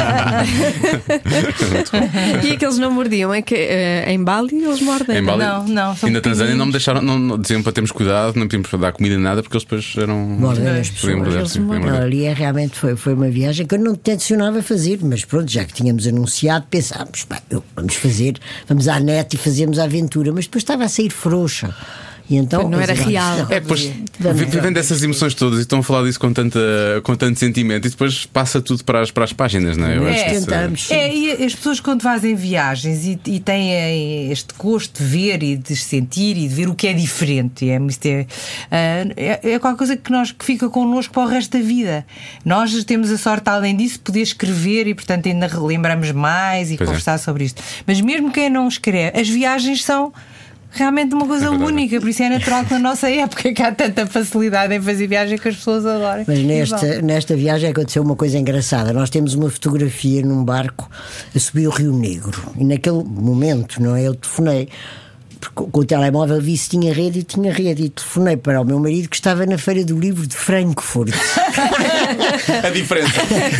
S2: E aqueles não mordiam? É que uh, em Bali eles mordem?
S3: Em Bali,
S4: não, não.
S3: E na Tanzânia não me deixaram, não, não, diziam para termos cuidado, não podíamos dar comida nem nada, porque eles depois eram.
S5: Mordem as pessoas.
S3: Morder, sim,
S5: Não, ali é, realmente foi, foi uma viagem que eu não tencionava fazer, mas pronto, já que tínhamos anunciado, pensámos, pá, vamos fazer, vamos à net e fazemos a aventura, mas depois estava a sair frouxa. E então,
S2: não era
S5: dizer,
S2: real.
S5: Não,
S3: É, pois, vivendo essas emoções todas e estão a falar disso com, tanta, com tanto sentimento, e depois passa tudo para as, para as páginas, não é? Eu
S4: É,
S3: acho que isso
S5: tentamos.
S4: É, e as pessoas quando fazem viagens e, e têm este gosto de ver e de sentir e de ver o que é diferente, é, é, é, é qualquer coisa que, nós, que fica connosco para o resto da vida. Nós temos a sorte, além disso, de poder escrever e, portanto, ainda relembramos mais e
S3: Pois
S4: conversar
S3: é.
S4: sobre isto. Mas mesmo quem não escreve, as viagens são realmente uma coisa
S3: É verdade.
S4: única, por isso é natural que na nossa época que há tanta facilidade em fazer viagem que as pessoas adoram.
S5: Mas nesta, nesta viagem aconteceu uma coisa engraçada. Nós temos uma fotografia num barco a subir o Rio Negro, e naquele momento, não é? Eu telefonei, porque com o telemóvel vi se tinha rede, e tinha rede, e telefonei para o meu marido que estava na Feira do Livro de Frankfurt.
S3: a diferença.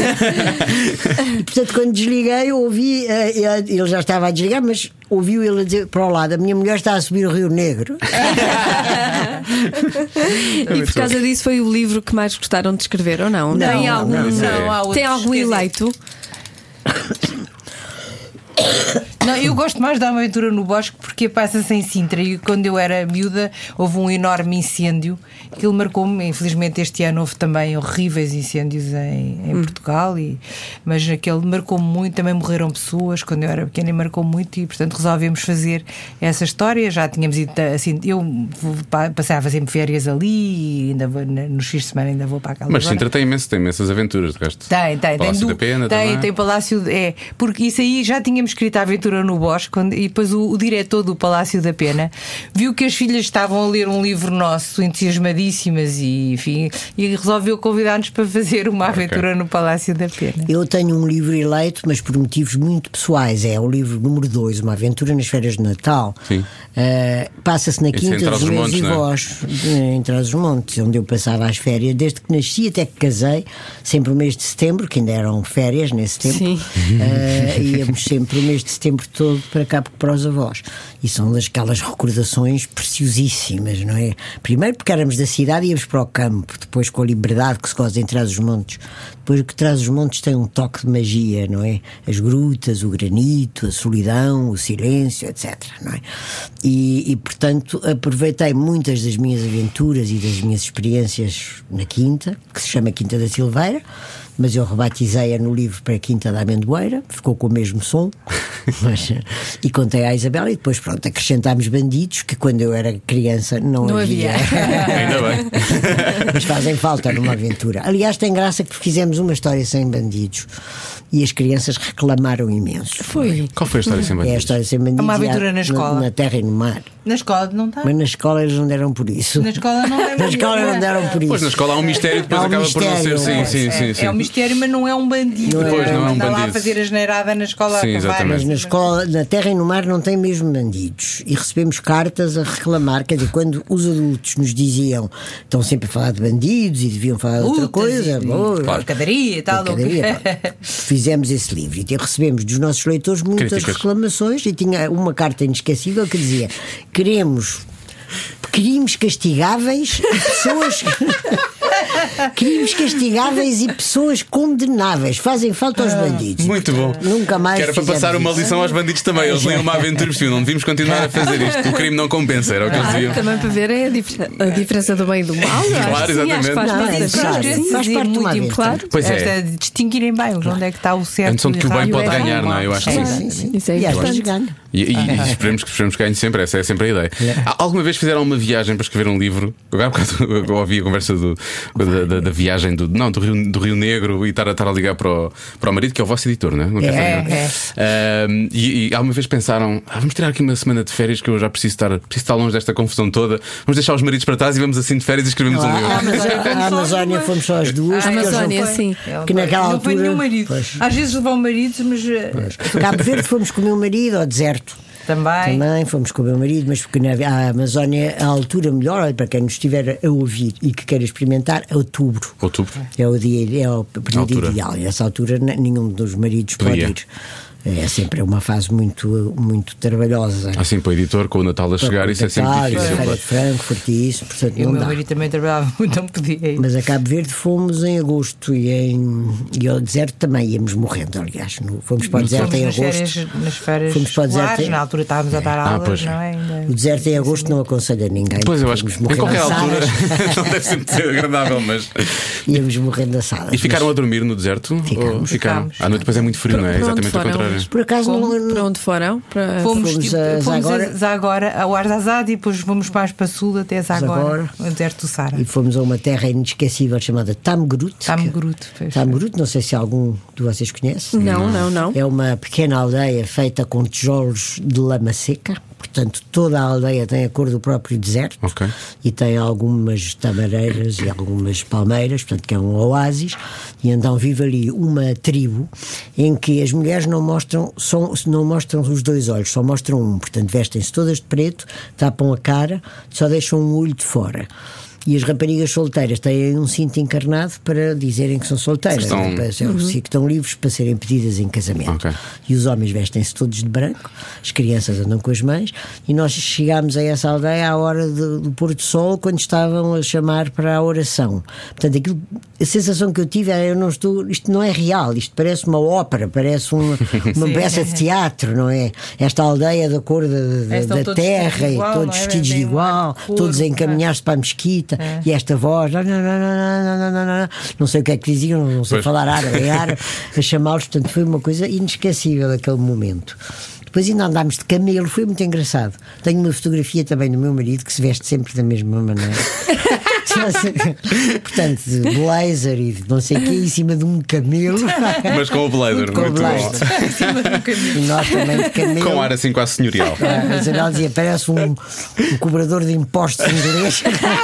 S5: E portanto, quando desliguei, eu ouvi, uh, ele já estava a desligar, mas ouviu ele a dizer para o lado: a minha mulher está a subir o Rio Negro.
S2: E por causa disso foi o livro que mais gostaram de escrever, ou não?
S5: Não,
S2: tem algum,
S5: não,
S4: não, há
S2: tem
S4: outros,
S2: algum
S4: quer dizer-
S2: eleito?
S4: Não, eu gosto mais da Aventura no Bosque porque passa-se em Sintra, e quando eu era miúda houve um enorme incêndio que ele marcou-me. Infelizmente este ano houve também horríveis incêndios em, em hum. Portugal, e, mas aquele marcou-me muito. Também morreram pessoas quando eu era pequena e marcou muito, e portanto resolvemos fazer essa história. Já tínhamos ido assim, eu passava sempre férias ali e ainda vou, nos fins de semana ainda vou para aquela.
S3: Mas
S4: zona.
S3: Sintra tem, imenso, tem imensas aventuras, de resto.
S4: Tem, tem,
S3: Palácio
S4: tem,
S3: da Pena
S4: tem,
S3: também.
S4: tem Palácio de, é, porque isso aí já tínhamos escrito a Aventura no Bosque, quando, e depois o, o diretor do Palácio da Pena viu que as filhas estavam a ler um livro nosso, entusiasmadíssimas, e enfim, e resolveu convidar-nos para fazer uma aventura okay. no Palácio da Pena.
S5: Eu tenho um livro eleito, mas por motivos muito pessoais. É o livro número dois, Uma Aventura nas Férias de Natal.
S3: Sim.
S5: Uh, passa-se na Quinta dos Meus Avós, em Trás-os-Montes, onde eu passava as férias desde que nasci até que casei, sempre o mês de setembro, que ainda eram férias nesse tempo.
S2: Sim.
S5: Uh, íamos sempre o mês de setembro todo para cá, para os avós. E são aquelas recordações preciosíssimas, não é? Primeiro porque éramos da cidade e íamos para o campo, depois com a liberdade que se goza em Trás-os-Montes. Depois que Trás-os-Montes tem um toque de magia, não é? As grutas, o granito, a solidão, o silêncio, etcétera, não é? E, e, portanto, aproveitei muitas das minhas aventuras e das minhas experiências na Quinta, que se chama Quinta da Silveira, mas eu rebatizei-a no livro para a Quinta da Amendoeira, ficou com o mesmo som, mas, e contei à Isabela, e depois, pronto, acrescentámos bandidos, que quando eu era criança não,
S2: não
S5: havia.
S2: havia.
S3: Ainda bem.
S5: Mas fazem falta numa aventura. Aliás, tem graça que fizemos uma história sem bandidos e as crianças reclamaram imenso.
S2: Foi.
S3: Qual foi a história sem bandidos?
S5: É a história sem bandidos.
S4: Uma aventura
S5: há,
S4: na escola.
S5: Na, na terra e no mar.
S4: Na escola não está?
S5: Mas na escola eles não deram por isso.
S4: Na escola não é
S5: Na escola não deram por isso.
S3: Pois, na escola há um mistério, depois
S5: Há um
S3: acaba
S5: mistério,
S3: por não ser. Sim,
S5: é,
S3: sim, sim, sim.
S4: É um mistério, mas não é um bandido.
S5: Não é,
S3: Pois, não é um
S4: Anda lá a
S3: bandido.
S4: fazer a geneirada na escola.
S3: Sim,
S4: a acabar.
S3: exatamente.
S5: Mas na escola, na terra e no mar não tem mesmo bandidos. E recebemos cartas a reclamar. Quer dizer, quando os adultos nos diziam estão sempre a falar de bandidos e deviam falar de outra
S4: Lutas
S5: coisa,
S4: e-
S5: boa,
S3: Claro.
S4: Porcadaria e tal.
S5: porcaria, pá. Fizemos esse livro e recebemos dos nossos leitores muitas
S3: Críticas.
S5: reclamações e tinha uma carta inesquecível que dizia: queremos crimes castigáveis e pessoas crimes castigáveis e pessoas condenáveis. Fazem falta aos bandidos.
S3: Muito bom.
S5: Nunca mais
S3: Que era para
S5: fizemos
S3: passar uma
S5: isso.
S3: lição aos bandidos também. Eles liam uma aventura e percebiam, não devíamos continuar a fazer isto. O crime não compensa, era o que eles diziam.
S2: Também para verem a, dif a diferença do bem e do mal. eu acho
S3: Claro,
S2: que sim,
S3: exatamente.
S2: acho que faz
S5: Não,
S2: parte
S5: é
S2: da
S5: necessário.
S2: vida.
S5: Sim, faz
S4: é
S5: parte de
S4: muito
S5: uma aventura.
S2: Claro.
S3: Pois é.
S4: Esta de distinguirem bem onde é que está o certo.
S3: A noção de que o bem
S4: e
S3: pode
S4: errado.
S3: ganhar, não é? Eu acho que sim.
S5: Sim, sim.
S2: Isso é
S5: E às vezes
S2: importante.
S5: ganha.
S3: E, e, e esperemos, que, esperemos que ganhe sempre, essa é sempre a ideia. Há- Alguma vez fizeram uma viagem para escrever um livro? Agora há bocado eu ouvi a conversa do, da, da, da viagem do, não, do, Rio, do Rio Negro e estar a, estar a ligar para o, para o marido, que é o vosso editor, não é? Não quer
S4: É,
S3: saber.
S4: é.
S3: Ahm, e, e alguma vez pensaram, ah, vamos tirar aqui uma semana de férias, que eu já preciso estar, preciso estar longe desta confusão toda, vamos deixar os maridos para trás e vamos assim de férias e escrevemos um
S5: A
S3: livro.
S5: Amazónia, a Amazónia fomos só as duas.
S2: A
S5: porque eles não
S2: Amazónia,
S5: foi-
S2: sim.
S5: Que naquela
S4: não foi
S5: altura.
S4: nenhum marido.
S5: Pois.
S4: Às vezes levam maridos, mas eh,
S5: Cabo Verde fomos com o meu marido ao deserto.
S4: também.
S5: Também fomos com o meu marido, mas porque na, a Amazónia, a altura melhor, olha, para quem nos estiver a ouvir e que queira experimentar, é outubro.
S3: Outubro.
S5: É o dia, é o período
S3: Altura.
S5: ideal. E nessa altura n- nenhum dos maridos
S3: Podia.
S5: pode ir. É sempre uma fase muito, muito trabalhosa.
S3: Assim, para o editor, com o Natal a chegar, isso é sempre
S5: Natal,
S3: difícil.
S5: a Feira
S3: claro.
S5: de Frankfurt e isso, portanto
S4: E o
S5: não
S4: meu
S5: dá.
S4: marido também trabalhava muito, não podia ir.
S5: Mas a Cabo Verde fomos em agosto e, em, e ao deserto também íamos morrendo, aliás. No- fomos para o deserto
S4: Fomos
S5: em
S4: nas
S5: agosto.
S4: férias, nas férias
S5: Fomos para o deserto
S4: escolares,
S5: em-
S4: na altura estávamos a dar aulas,
S3: pois.
S4: não é? Ainda-
S5: O deserto em agosto não aconselho a ninguém.
S3: Pois eu acho que
S5: Íamos
S3: em
S5: morrendo
S3: qualquer altura
S5: assadas.
S3: não deve sempre ser agradável, mas.
S5: Íamos morrendo assadas.
S3: E ficaram a dormir no deserto?
S5: Ficámos.
S3: Ou ficaram?
S4: Ficámos.
S3: À noite depois é muito frio, não é?
S2: Para onde
S3: Exatamente o
S2: foram?
S3: contrário.
S5: Mas, por acaso
S4: Como?
S5: não,
S2: Para onde foram? Para...
S4: Fomos,
S5: Fomos
S4: tipo,
S5: a
S4: fomos
S5: Zagora.
S4: a Zagora, ao Arzazade, e depois fomos mais para sul até Zagora,
S5: Zagora.
S4: o deserto do Sara.
S5: E fomos a uma terra inesquecível chamada Tamgrut.
S4: Tamgrut, pois.
S5: Tamgrut, não sei se algum de vocês conhece.
S2: Não, não, não.
S5: É uma pequena aldeia feita com tijolos de lama seca. Portanto, toda a aldeia tem a cor do próprio deserto.
S3: Ok.
S5: E tem algumas tamareiras e algumas palmeiras, portanto, que é um oásis. E então vive ali uma tribo em que as mulheres não mostram, só, não mostram os dois olhos, só mostram um. Portanto, vestem-se todas de preto, tapam a cara, só deixam um olho de fora. E as raparigas solteiras têm um cinto encarnado para dizerem que são solteiras,
S3: Estão-
S5: para ser- que estão livres para serem pedidas em casamento.
S3: Ok.
S5: E os homens vestem-se todos de branco, as crianças andam com as mães, e nós chegámos a essa aldeia à hora de- do pôr do sol, quando estavam a chamar para a oração. Portanto, aquilo, a sensação que eu tive é: eu não estou, isto não é real, isto parece uma ópera, parece uma, uma
S4: Sim.
S5: peça de teatro, não é? Esta aldeia da cor da, da-
S4: Estão
S5: da
S4: todos
S5: terra,
S4: vestidos
S5: e
S4: igual,
S5: todos
S4: não é?
S5: vestidos de
S4: Bem
S5: igual,
S4: cor,
S5: todos a encaminhar-se para a mesquita,
S4: É.
S5: e esta voz, não, não, não, não, não, não, não, não, não sei o que é que diziam, não sei
S3: Pois.
S5: falar árabe, é árabe, a chamá-los, portanto foi uma coisa inesquecível aquele momento. Depois ainda andámos de camelo, foi muito engraçado. Tenho uma fotografia também do meu marido que se veste sempre da mesma maneira. Portanto, de blazer e de não sei o que, em cima de um camelo.
S3: Mas com o blazer,
S5: Com o
S3: muito
S5: blazer.
S3: bom.
S5: E nós também de camelo.
S3: Com ar assim quase senhorial.
S5: A Isabel dizia: parece um, um cobrador de impostos inglês.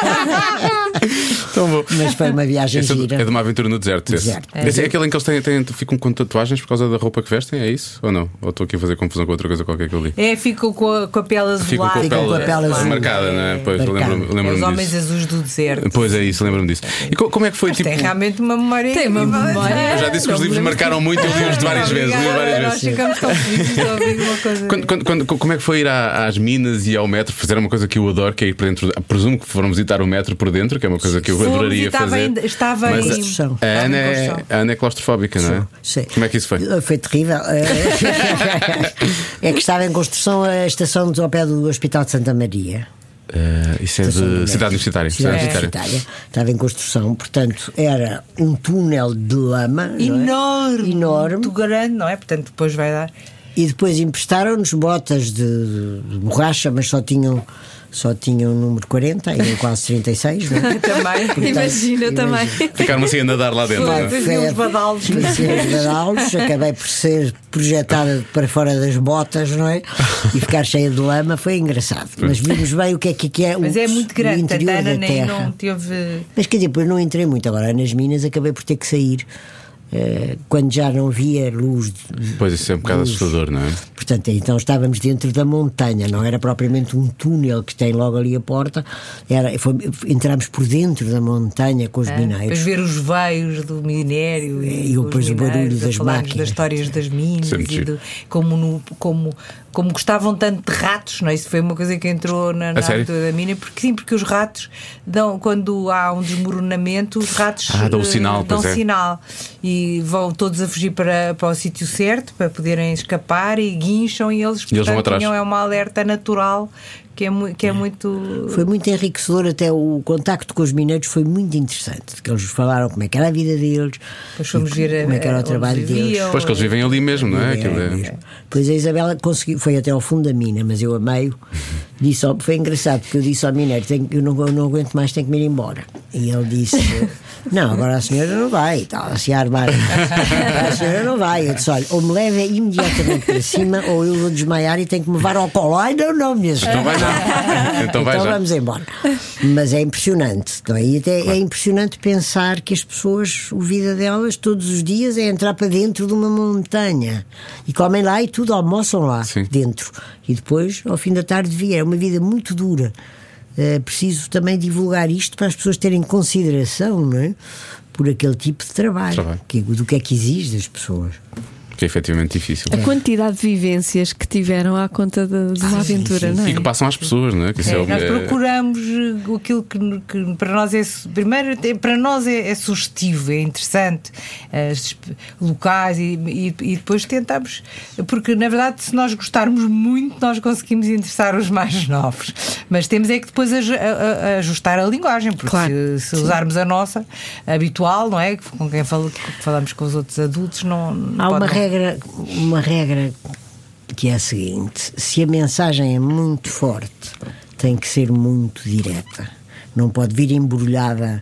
S3: Tão bom.
S5: Mas foi uma viagem
S3: Esse é,
S5: gira.
S3: é de uma aventura no deserto. Esse,
S5: Deserto.
S3: esse é aquele em que eles têm, têm, ficam com tatuagens por causa da roupa que vestem, é isso? Ou não? Ou estou aqui a fazer confusão com outra coisa qualquer que eu li?
S4: É, ficam com a, com a pele azulada.
S3: Ficam com a
S5: Ficam com a
S3: pele,
S5: pele azul.
S3: marcada, não é? Pois,
S5: Marcada.
S3: lembro-me lembro
S4: Os homens
S3: disso.
S4: azuis do deserto.
S3: Pois é isso, lembro-me disso. E co- como é que foi
S4: Mas
S3: tipo.
S4: tem realmente uma memória.
S2: Tem uma
S4: incrível.
S2: memória.
S3: Eu já disse que os
S2: Não me
S3: livros
S2: lembro.
S3: marcaram muito e eu li-os de várias vezes. Li várias
S4: Nós
S3: vezes.
S4: ficamos tão felizes de ouvir uma coisa.
S3: Quando, quando, quando- como é que foi ir à- às minas e ao metro? Fazer uma coisa que eu adoro, que é ir para dentro. Presumo que foram visitar o metro por dentro, que é uma uma coisa que eu
S4: Fomos
S3: adoraria
S4: estava
S3: fazer.
S4: Em, estava
S3: mas
S4: em,
S3: a,
S4: estava
S3: a, Ana
S4: em
S3: é, a Ana é claustrofóbica, não é?
S5: Sim.
S3: Como é que isso foi?
S5: Foi terrível. É que estava em construção a estação ao pé do Hospital de Santa Maria.
S3: Uh, isso é de Cidade Universitária.
S5: Cidade Universitária. Estava em construção, portanto, era um túnel de lama
S4: enorme,
S5: enorme,
S4: muito grande, não é? Portanto, depois vai dar.
S5: E depois emprestaram-nos botas de, de borracha, mas só tinham. Só tinham o número quarenta, e quase trinta e seis, não é?
S2: Também. Portanto, imagina, também.
S3: Ficaram assim a nadar lá dentro.
S4: Faziam os badalos.
S5: Faziam os badalos. Acabei por ser projetada para fora das botas, não é? E ficar cheia de lama. Foi engraçado. Mas vimos bem o que é que é o
S4: Mas é muito grande,
S5: o interior
S4: Ana
S5: da
S4: nem
S5: terra.
S4: Não teve...
S5: Mas quer dizer, depois não entrei muito. Agora nas minas acabei por ter que sair. Uh, quando já não via luz.
S3: Pois isso é um bocado assustador, não é?
S5: Portanto, então estávamos dentro da montanha, não era propriamente um túnel que tem logo ali a porta, era, foi, entramos por dentro da montanha com os
S4: é,
S5: mineiros.
S4: Depois ver os veios do minério e,
S5: e depois o barulho das máquinas.
S4: Das histórias das minas e de, como, no, como, como gostavam tanto de ratos, não é? Isso foi uma coisa que entrou na, na abertura da mina, porque sim, porque os ratos dão, quando há um desmoronamento, os ratos
S3: ah, dão sinal,
S4: dão
S3: pois é.
S4: sinal e vão todos a fugir para, para o sítio certo para poderem escapar e guincham e eles,
S3: e eles vão
S4: portanto,
S3: atrás.
S4: É uma alerta natural que é, que é, é muito.
S5: Foi muito enriquecedor, até o contacto com os mineiros foi muito interessante. Que eles falaram como é que era a vida deles,
S4: depois fomos ver
S5: como é que era o trabalho deles.
S3: Pois que eles vivem ali mesmo, não é?
S5: é, é, é. Pois a Isabela conseguiu, foi até ao fundo da mina, mas eu amei-o. Disse, foi engraçado, porque eu disse ao mineiro: tenho, eu, não, eu não aguento mais, tenho que me ir embora. E ele disse: não, agora a senhora não vai, estava a se armar. A senhora não vai. Eu disse: olha, ou me leva imediatamente para cima, ou eu vou desmaiar e tenho que me levar ao colo. Ai, não, não, minha senhora.
S3: Então vai já. Então, vai
S5: então
S3: já.
S5: vamos embora. Mas é impressionante, não é? E até claro. É impressionante pensar que as pessoas, a vida delas todos os dias é entrar para dentro de uma montanha e comem lá e tudo, almoçam lá. Sim. Dentro. E depois, ao fim da tarde, via. É uma vida muito dura. É preciso também divulgar isto para as pessoas terem consideração, não é? Por aquele tipo de trabalho, trabalho. Que, do que é que exige das pessoas.
S3: Que é efetivamente difícil.
S2: A quantidade de vivências que tiveram à conta de, de uma ah, aventura, sim, sim, não é?
S3: E que passam às pessoas, não é? Que isso
S4: é,
S3: é,
S4: nós
S3: é...
S4: procuramos aquilo que, que para nós é. Primeiro, para nós é, é sugestivo, é interessante, as locais, e, e, e depois tentamos. Porque, na verdade, se nós gostarmos muito, nós conseguimos interessar os mais novos. Mas temos é que depois a, a, a ajustar a linguagem, porque claro. se, se usarmos a nossa habitual, não é? Com quem fala, falamos com os outros adultos, não.
S5: Há
S4: pode,
S5: uma
S4: não.
S5: regra. Uma regra que é a seguinte: se a mensagem é muito forte, tem que ser muito direta. Não pode vir embrulhada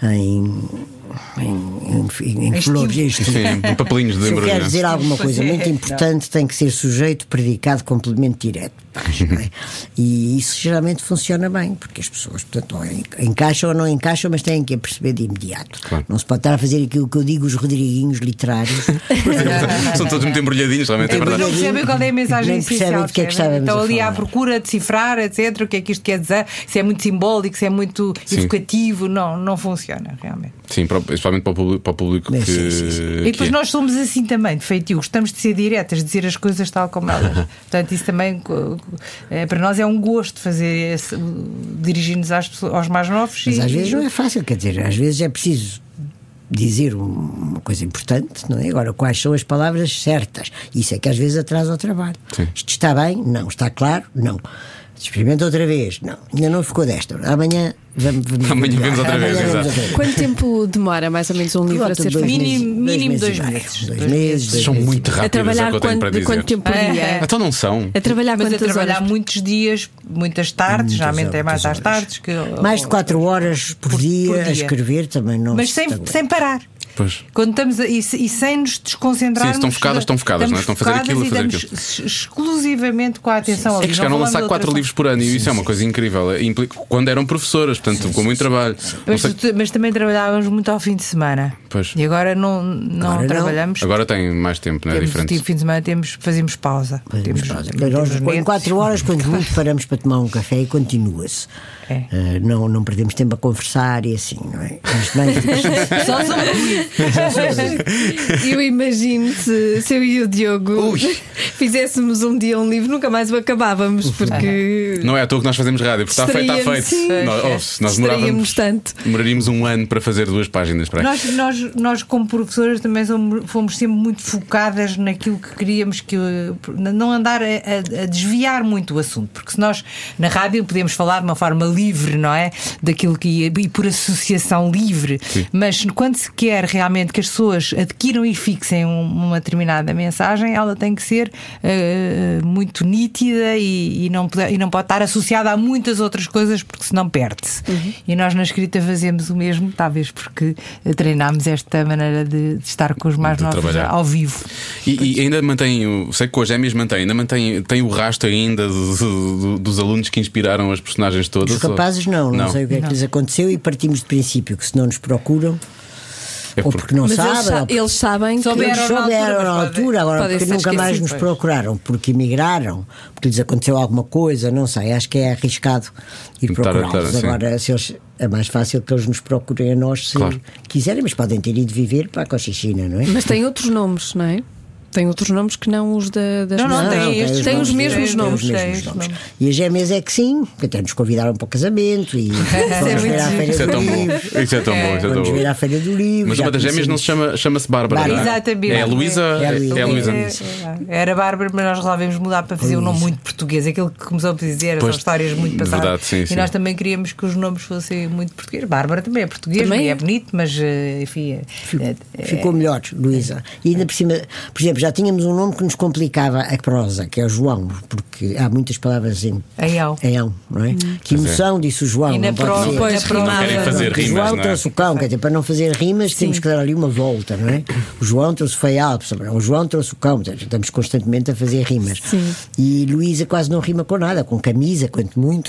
S5: em em, em, em flores,
S3: em papelinhos de embrulho.
S5: Se quer dizer alguma coisa muito importante, tem que ser sujeito, predicado, complemento direto. Não é? E isso geralmente funciona bem, porque as pessoas, portanto, ou encaixam ou não encaixam, mas têm que perceber de imediato. Claro. Não se pode estar a fazer aquilo que eu digo, os Rodriguinhos literários.
S3: São todos muito embrulhadinhos, realmente é verdade.
S4: Não percebem qual é a mensagem essencial.
S5: Que é que estávamos
S4: então,
S5: a
S4: ali
S5: falar.
S4: À procura, decifrar, etcétera. O que é que isto quer dizer? Se é muito simbólico, se é muito Sim. educativo, não, não funciona realmente.
S3: Sim, principalmente para o público, para o público que, sim, sim, sim.
S4: E depois
S3: é.
S4: nós somos assim também, de feitio, gostamos de ser diretas, de dizer as coisas tal como elas. Portanto, isso também é, para nós é um gosto fazer esse, dirigir-nos às pessoas, aos mais novos.
S5: Mas
S4: e,
S5: às vezes
S4: e...
S5: não é fácil, quer dizer, às vezes é preciso dizer uma coisa importante, não é? Agora, quais são as palavras certas? Isso é que às vezes atrasa o trabalho. Sim. Isto está bem? Não. Está claro? Não. Experimenta outra vez. Não, ainda não ficou desta. Amanhã vamos, vamos
S3: Amanhã vemos outra vez. Exato.
S2: Quanto tempo demora mais ou menos um livro a ser feito?
S4: Mínimo dois meses.
S5: Dois meses.
S3: São muito rápidos.
S2: A trabalhar quanto, de quanto tempo por dia?
S3: É. Então não são.
S2: A trabalhar
S4: Mas a trabalhar
S2: horas?
S4: muitos dias, muitas tardes, geralmente é mais às tardes. Que,
S5: mais de quatro horas por, por, dia, por dia a escrever também não.
S4: Mas sem, sem parar.
S3: Pois.
S4: Quando estamos a, e, e sem nos desconcentrarmos.
S3: Sim, estão focadas, estão focadas, não é? Estão a fazer aquilo, a fazer aquilo.
S4: Exclusivamente com a atenção ali.
S3: É que chegaram a lançar quatro livros por ano, e isso é uma coisa incrível. Quando eram professoras, portanto, com muito trabalho.
S4: Mas, mas também trabalhávamos muito ao fim de semana.
S3: Pois.
S4: E agora não, não
S5: agora
S4: trabalhamos.
S3: Não. Agora tem mais tempo, não é? Diferente.
S4: No fim de semana temos, fazemos pausa.
S5: Fazemos temos, pausa. Temos, temos em quatro horas, quando muito, paramos para tomar um café e continua-se. É. Uh, não, não perdemos tempo a conversar e assim, não é? Mas, mas,
S4: só sobre
S2: Eu imagino se, se eu e o Diogo Ui. fizéssemos um dia um livro, nunca mais o acabávamos, porque
S3: não é à toa que nós fazemos rádio, porque está feito, está feito.
S2: Sim.
S3: Nós, oh, nós demorávamos tanto. Demoraríamos um ano para fazer duas páginas para
S4: nós, nós, nós, como professoras, também somos, fomos sempre muito focadas naquilo que queríamos, que não andar a, a, a desviar muito o assunto, porque se nós na rádio podemos falar de uma forma livre, não é? Daquilo que ia, e por associação livre, sim. Mas quando se quer realmente que as pessoas adquiram e fixem uma determinada mensagem, ela tem que ser uh, muito nítida e, e, não pode, e não pode estar associada a muitas outras coisas, porque senão perde-se. Uhum. E nós na escrita fazemos o mesmo, talvez porque treinámos esta maneira de, de estar com os mais de novos trabalhar. Ao vivo.
S3: E, e ainda mantém, sei que com as gêmeas mantém, ainda mantém, tem o rastro ainda do, do, dos alunos que inspiraram as personagens todas?
S5: Os rapazes não, não, não sei o que é que lhes aconteceu e partimos de princípio que se não nos procuram é porque... ou porque não
S2: mas
S5: sabem,
S2: eles, sa eles sabem que
S5: souberam eles souberam na altura, agora pode porque nunca mais nos procuraram, porque emigraram, porque lhes aconteceu alguma coisa, não sei, acho que é arriscado ir procurá-los. Agora, se eles, é mais fácil que eles nos procurem a nós se claro. quiserem, mas podem ter ido viver para a Cochichina, não é?
S2: Mas tem outros nomes, não é? Tem outros nomes que não os da, das
S4: não, não,
S2: mulheres.
S4: Não, tem, estes
S2: tem
S4: nomes,
S2: os mesmos
S4: tem,
S2: nomes.
S4: Tem os
S5: mesmos nomes. nomes. E as gêmeas é que sim, que até nos convidaram para o casamento e vamos ver à Feira
S3: isso
S5: do
S3: é tão
S5: Livro.
S3: Bom. Isso é tão bom. Isso é
S5: vamos
S3: tão
S5: ver à Feira do Livro.
S3: Mas uma das gêmeas não se chama, chama-se Bárbara.
S4: Bárbara. Exatamente.
S3: É a Luísa.
S5: É a Luísa.
S3: É a Luísa.
S4: É, é, era a Bárbara, mas nós resolvemos mudar para fazer um nome muito português. Aquilo que começou a dizer pois, são histórias muito passadas.
S3: Verdade, sim,
S4: e
S3: sim.
S4: nós também queríamos que os nomes fossem muito portugueses. Bárbara também é português, também é bonito, mas enfim.
S5: Ficou, ficou melhor, Luísa. E ainda por cima, por exemplo, já tínhamos um nome que nos complicava a prosa, que é o João, porque há muitas palavras em
S4: Aião,
S5: não é? Hum. Que emoção, disse o João.
S4: E na
S5: não
S4: prosa,
S5: pode
S4: ser. Não
S3: querem fazer rimas,
S5: o João
S3: não é?
S5: trouxe o cão, quer dizer, para não fazer rimas Sim. temos que dar ali uma volta, não é? O João trouxe o feial, o João trouxe o cão, estamos constantemente a fazer rimas.
S2: Sim.
S5: E Luísa quase não rima com nada, com camisa, quanto muito.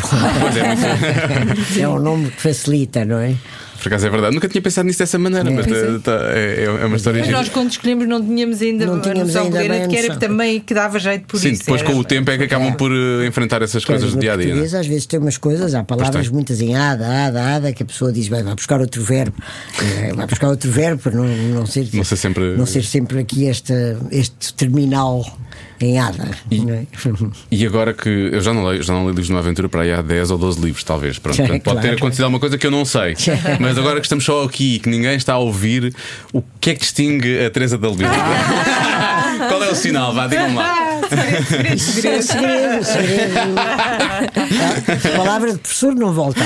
S5: é, é um nome que facilita, não é?
S3: Por acaso é verdade, nunca tinha pensado nisso dessa maneira, é. mas é. Tá, é, é uma história.
S4: Mas nós, quando escolhemos, não tínhamos ainda
S5: não tínhamos
S4: a noção
S5: ainda
S4: plena de que era também que dava jeito por
S3: Sim,
S4: isso.
S3: Sim, depois
S4: era...
S3: com o tempo é que acabam por uh, enfrentar essas que coisas do dia a dia.
S5: Né? Às vezes tem umas coisas, há palavras muitas em ada, ada, ada, que a pessoa diz, vai, vai buscar outro verbo, vai buscar outro verbo para não, não, ser,
S3: não, ser sempre...
S5: não ser sempre aqui esta, este terminal. Em Ada.
S3: E,
S5: é?
S3: e agora que eu já não leio, já não leio livros de uma aventura para aí há dez ou doze livros, talvez. Pronto, portanto, pode claro. ter acontecido alguma coisa que eu não sei. Mas agora que estamos só aqui e que ninguém está a ouvir, o que é que distingue a Teresa da Levita? Qual é o sinal? Vá, digam lá.
S5: Segredo, segredo, segredo, segredo. A palavra de professor não volta.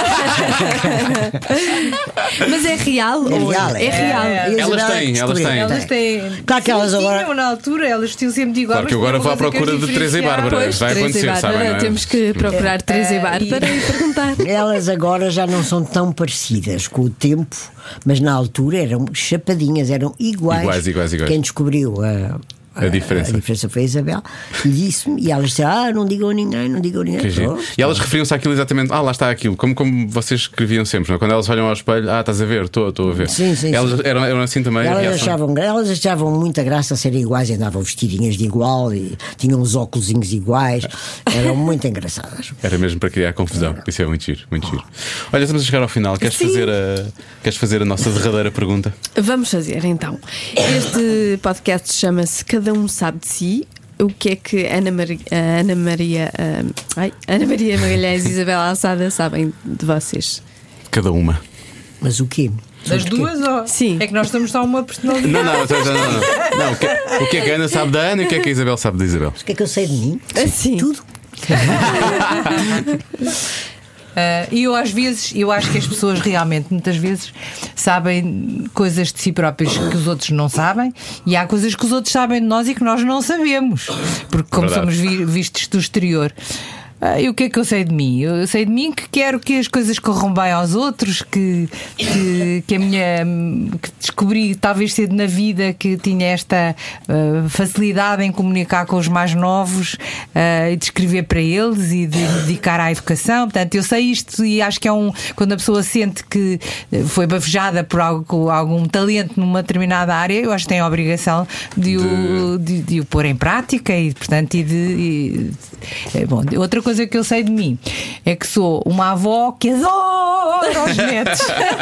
S2: Mas é real?
S5: É real,
S2: é, é real.
S3: É, elas têm, elas têm.
S4: Elas têm.
S5: Claro que elas agora.
S4: Tinham na altura, elas tinham sempre de igual.
S3: Claro que agora vou à procura de Teresa e Bárbara.
S2: Pois,
S3: vai
S2: Teresa
S3: acontecer,
S2: e Bárbara,
S3: sabem? Não é?
S2: Temos que procurar Teresa e Bárbara e perguntar.
S5: Elas agora já não são tão parecidas com o tempo, mas na altura eram chapadinhas, eram iguais.
S3: Iguais, iguais, iguais.
S5: Quem descobriu a.
S3: A diferença.
S5: A, a diferença foi a Isabel. E disse-me, e elas disseram: ah, não digam a ninguém, não digam a ninguém.
S3: E elas referiam-se àquilo exatamente: ah, lá está aquilo, como, como vocês escreviam sempre, não é? Quando elas olham ao espelho, ah, estás a ver, estou a ver.
S5: Sim, sim.
S3: Elas
S5: sim.
S3: Eram, eram assim também.
S5: Elas achavam, elas achavam muita graça a serem iguais, andavam vestidinhas de igual e tinham os óculosinhos iguais, eram muito engraçadas.
S3: Era mesmo para criar confusão. Isso é muito giro, muito giro. Olha, estamos a chegar ao final. Queres, fazer a, queres fazer a nossa derradeira pergunta?
S2: Vamos fazer então. Este podcast chama-se Cada Um Sabe de Si. O que é que Ana Maria, Ana Maria, uh, ai, Ana Maria Magalhães e Isabel Alçada sabem de vocês?
S3: Cada uma.
S5: Mas o quê?
S4: Das duas? Ou...
S2: Sim.
S4: É que nós estamos só uma personalidade.
S3: Não, não, não, não, não. não o, que, o que é que a Ana sabe da Ana e o que é que a Isabel sabe da Isabel?
S5: O que é que eu sei de mim?
S2: Sim.
S5: Tudo.
S4: Uh, e eu às vezes, eu acho que as pessoas realmente muitas vezes sabem coisas de si próprias que os outros não sabem, e há coisas que os outros sabem de nós e que nós não sabemos, porque como Verdade. somos vi- vistos do exterior. Uh, e o que é que eu sei de mim? Eu sei de mim que quero que as coisas corram bem aos outros, que, que, que a minha que descobri talvez cedo na vida que tinha esta uh, facilidade em comunicar com os mais novos uh, e de escrever para eles e de me dedicar à educação. Portanto, eu sei isto e acho que é um quando a pessoa sente que foi bafejada por algo, algum talento numa determinada área, eu acho que tem a obrigação de o, de... De, de o pôr em prática e, portanto, e de. E, é bom, outra coisa coisa que eu sei de mim é que sou uma avó que adora os netos.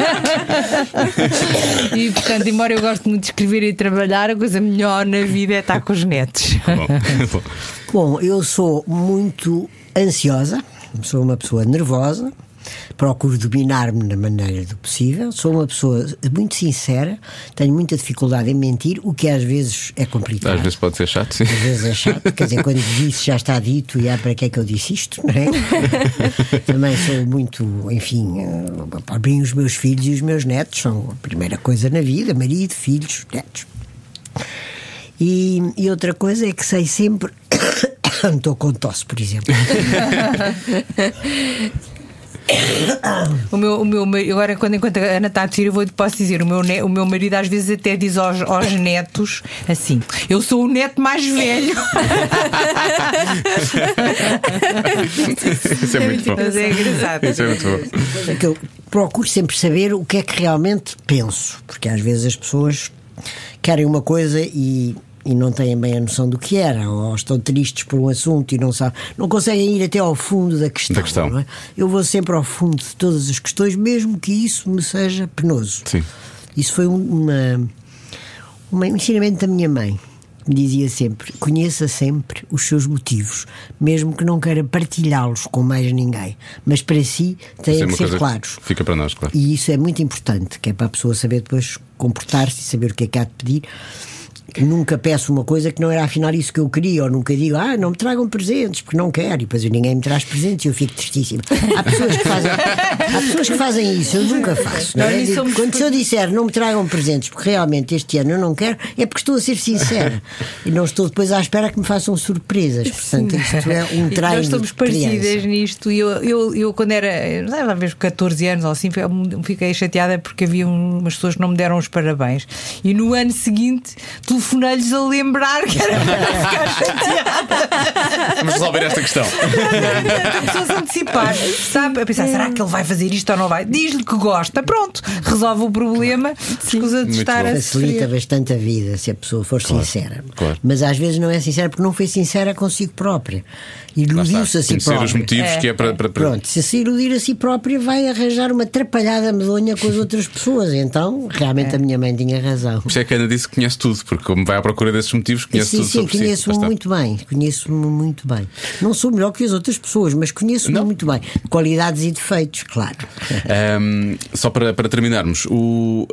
S4: E portanto, embora eu goste muito de escrever e trabalhar, a coisa melhor na vida é estar com os netos.
S5: Bom, Bom eu sou muito ansiosa, sou uma pessoa nervosa. Procuro dominar-me na maneira do possível. Sou uma pessoa muito sincera. Tenho muita dificuldade em mentir, o que às vezes é complicado.
S3: Às vezes pode ser chato, sim.
S5: Às vezes é chato, quer dizer, quando disse já está dito e há para que é que eu disse isto, não é? Também sou muito, enfim, para mim os meus filhos e os meus netos são a primeira coisa na vida: marido, filhos, netos. E, e outra coisa é que sei sempre. Estou com tosse, por exemplo.
S4: O meu, o meu, agora, quando enquanto a Ana está a dizer, eu vou, posso dizer: o meu, o meu marido às vezes até diz aos, aos netos assim: eu sou o neto mais velho.
S3: Isso é muito bom.
S4: Mas é engraçado.
S3: Isso é muito bom.
S5: É que eu procuro sempre saber o que é que realmente penso, porque às vezes as pessoas querem uma coisa e. E não têm bem a noção do que era, ou estão tristes por um assunto e não sabem, não conseguem ir até ao fundo da questão.
S3: Da questão.
S5: Não é? Eu vou sempre ao fundo de todas as questões, mesmo que isso me seja penoso.
S3: Sim.
S5: Isso foi uma, uma, um ensinamento da minha mãe. Me dizia sempre: conheça sempre os seus motivos, mesmo que não queira partilhá-los com mais ninguém, mas para si têm que ser claros.
S3: Fica para nós, claro.
S5: E isso é muito importante, que é para a pessoa saber depois comportar-se e saber o que é que há de pedir. Nunca peço uma coisa que não era afinal isso que eu queria, ou nunca digo: ah, não me tragam presentes, porque não quero, e depois ninguém me traz presentes e eu fico tristíssimo. Há pessoas que fazem, há pessoas que fazem isso, eu nunca faço. Não é? Digo, quando se eu disser não me tragam presentes porque realmente este ano eu não quero, é porque estou a ser sincera e não estou depois à espera que me façam surpresas. Portanto, isto é um treino.
S4: Nós estamos parecidas nisto. E eu, eu, eu, quando era, não sei, talvez catorze anos ou assim, fiquei chateada porque havia umas pessoas que não me deram os parabéns. E no ano seguinte, telefonei-lhes a lembrar que era para ficar chateada.
S3: Vamos resolver esta questão.
S4: A pessoa se antecipar, sabe? A pensar: será que ele vai fazer isto ou não vai? Diz-lhe que gosta, pronto, resolve o problema. Escusa de estar a
S5: facilita bastante a vida se a pessoa for claro, sincera.
S3: Claro.
S5: Mas às vezes não é sincera porque não foi sincera consigo própria. Iludiu-se a si própria.
S3: Os motivos
S4: é.
S3: que é para, para, para...
S5: Pronto, se se iludir a si própria, vai arranjar uma atrapalhada medonha com as outras pessoas. Então, realmente, é. a minha mãe tinha razão.
S3: Por isso é que a Ana disse que conhece tudo, porque como vai à procura desses motivos, conhece
S5: sim,
S3: tudo
S5: sim,
S3: sobre
S5: conheço-me
S3: si.
S5: muito bem. Conheço-me muito bem. Não sou melhor que as outras pessoas, mas conheço-me muito bem. Qualidades e defeitos, claro.
S3: Um, só para, para terminarmos, o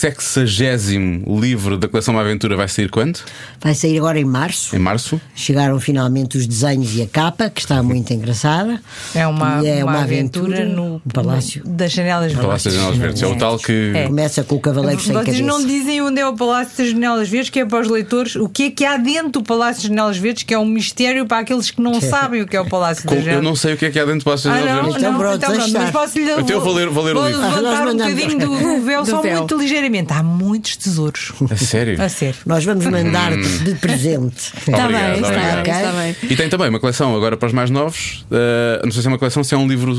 S3: sexagésimo livro da coleção Uma Aventura vai sair quando?
S5: Vai sair agora em março.
S3: Em março.
S5: Chegaram finalmente os desenhos e a capa, que está muito engraçada.
S4: É uma,
S5: e é
S4: uma,
S5: uma
S4: aventura,
S5: aventura
S4: no
S5: Palácio
S4: das Janelas Verdes.
S3: Palácio das Janelas Verdes. É o tal que.
S5: É. Começa com o Cavaleiro Sem
S4: Vocês
S5: Cabeça.
S4: não dizem onde é o Palácio das Janelas Verdes, que é para os leitores. O que é que há dentro do Palácio das Janelas Verdes, que é um mistério para aqueles que não sabem o que é o Palácio das Janelas.
S3: Eu não sei o que é que há dentro do Palácio das
S4: ah,
S3: Janelas
S4: não,
S3: Verdes.
S4: Não,
S5: então, pronto,
S4: então, pronto, mas posso lhe
S3: Então eu vou ler, vou ler
S4: vou
S3: o livro.
S4: levantar
S5: ah,
S4: um bocadinho do, do véu,
S2: do
S4: só
S2: véu.
S4: muito ligeiramente. Há muitos tesouros.
S3: A sério?
S4: A sério.
S5: Nós vamos mandar de presente.
S2: Está
S3: Obrigado,
S2: bem, está
S3: obrigado.
S2: bem, está bem.
S3: E tem também uma coleção agora para os mais novos. Uh, não sei se é uma coleção, se é um livro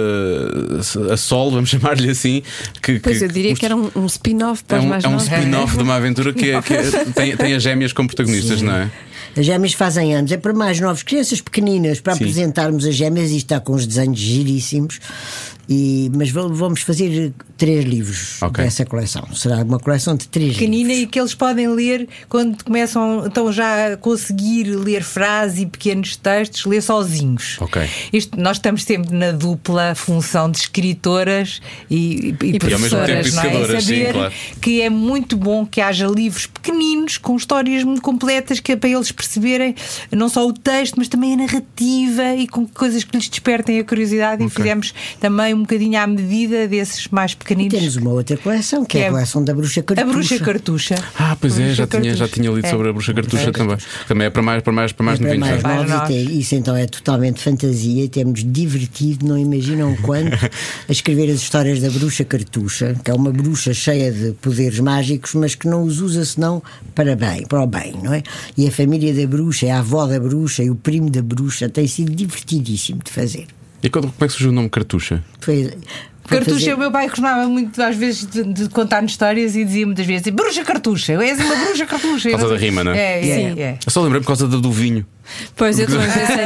S3: uh, a sol, vamos chamar-lhe assim. Que,
S2: Pois
S3: que,
S2: eu diria que era um, um spin-off para
S3: é
S2: os
S3: um,
S2: mais
S3: é um
S2: novos.
S3: spin-off de uma aventura que, é, que é, tem, tem as gêmeas como protagonistas,
S5: Sim.
S3: não é?
S5: As gêmeas fazem anos, é para mais novos, crianças pequeninas, para
S3: Sim.
S5: apresentarmos as gêmeas, e está com uns desenhos giríssimos. E, mas vamos fazer três livros
S3: okay.
S5: dessa coleção. Será uma coleção de três
S4: pequenina
S5: livros.
S4: E que eles podem ler quando começam, estão já a conseguir ler frases e pequenos textos, ler sozinhos.
S3: Ok.
S4: Isto, nós estamos sempre na dupla função de escritoras e, e,
S2: E
S4: professoras,
S3: ao mesmo tempo
S4: não é?
S3: educadoras,
S4: Saber
S3: sim, claro.
S4: que é muito bom que haja livros pequeninos com histórias muito completas, que é para eles perceberem não só o texto, mas também a narrativa e com coisas que lhes despertem a curiosidade. Okay. E fizemos também um bocadinho à medida desses mais pequeninos.
S5: E temos uma outra coleção, que, que é a coleção da Bruxa Cartucha.
S4: A Bruxa Cartucha.
S3: Ah, pois é, já tinha, já tinha lido
S4: é.
S3: sobre a Bruxa Cartucha é. também. Também é para mais, para mais, para mais
S5: é
S3: novinhos.
S5: Para mais novos, e isso então é totalmente fantasia, e temos divertido, não imaginam quanto, a escrever as histórias da Bruxa Cartucha, que é uma bruxa cheia de poderes mágicos, mas que não os usa senão para bem, para o bem, não é? E a família da bruxa, a avó da bruxa e o primo da bruxa tem sido divertidíssimo de fazer.
S3: E como é que surgiu o nome Cartucha?
S5: Foi,
S4: Cartucha,
S5: fazer...
S4: o meu pai costumava muito às vezes de, de contar histórias e dizia muitas vezes: bruxa cartucha, és uma bruxa cartucha.
S3: Por causa da rima, não é?
S4: É, é, é, é.
S3: Eu só lembrei por causa do, do vinho.
S2: Pois, eu também pensei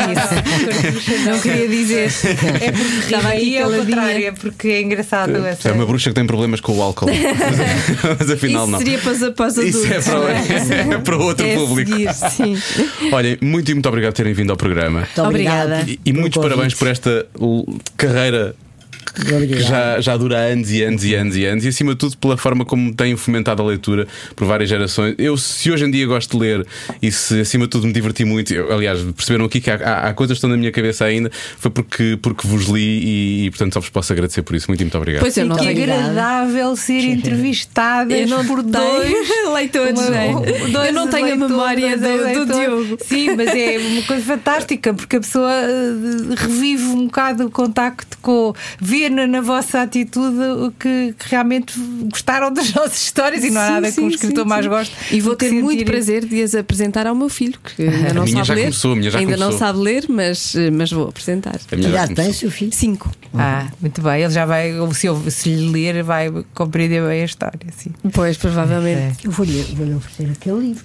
S2: nisso. Não queria dizer.
S4: É porque estava aí ao contrário, é porque é engraçado.
S3: É, essa... é uma bruxa que tem problemas com o álcool. mas, mas afinal
S2: Isso
S3: não.
S2: Seria para os, para os adultos.
S3: Isso é para, é para outro
S2: é
S3: público.
S2: Seguir, sim.
S3: Olhem, muito e muito obrigado por terem vindo ao programa.
S5: Muito obrigada.
S3: E, e muitos parabéns por esta carreira que já, já dura anos e anos e anos e anos, e acima de tudo pela forma como têm fomentado a leitura por várias gerações. Eu, se hoje em dia gosto de ler e se acima de tudo me diverti muito, eu, aliás, perceberam aqui que há, há, há coisas que estão na minha cabeça ainda, foi porque, porque vos li e, e portanto só vos posso agradecer por isso. Muito, muito obrigado.
S2: Pois eu não
S4: que
S2: tenho
S4: agradável ser entrevistada por dois
S2: leitores.
S4: Uma,
S2: eu não tenho a memória do, do Diogo.
S4: Sim, mas é uma coisa fantástica porque a pessoa uh, revive um bocado o contacto com. Ver na, na vossa atitude o que, que realmente gostaram das nossas histórias, e não há sim, nada que um escritor sim, mais goste.
S2: E vou ter muito prazer de as apresentar ao meu filho, que ainda não sabe ler.
S3: Começou, ainda
S2: começou.
S3: não
S2: sabe ler, mas, mas vou apresentar.
S5: Que idade tem o seu filho?
S2: Cinco.
S4: Ah, muito bem. Ele já vai, se, eu, se lhe ler, vai compreender bem a história. Sim.
S2: Pois, provavelmente.
S5: É. Eu vou-lhe vou oferecer aquele livro.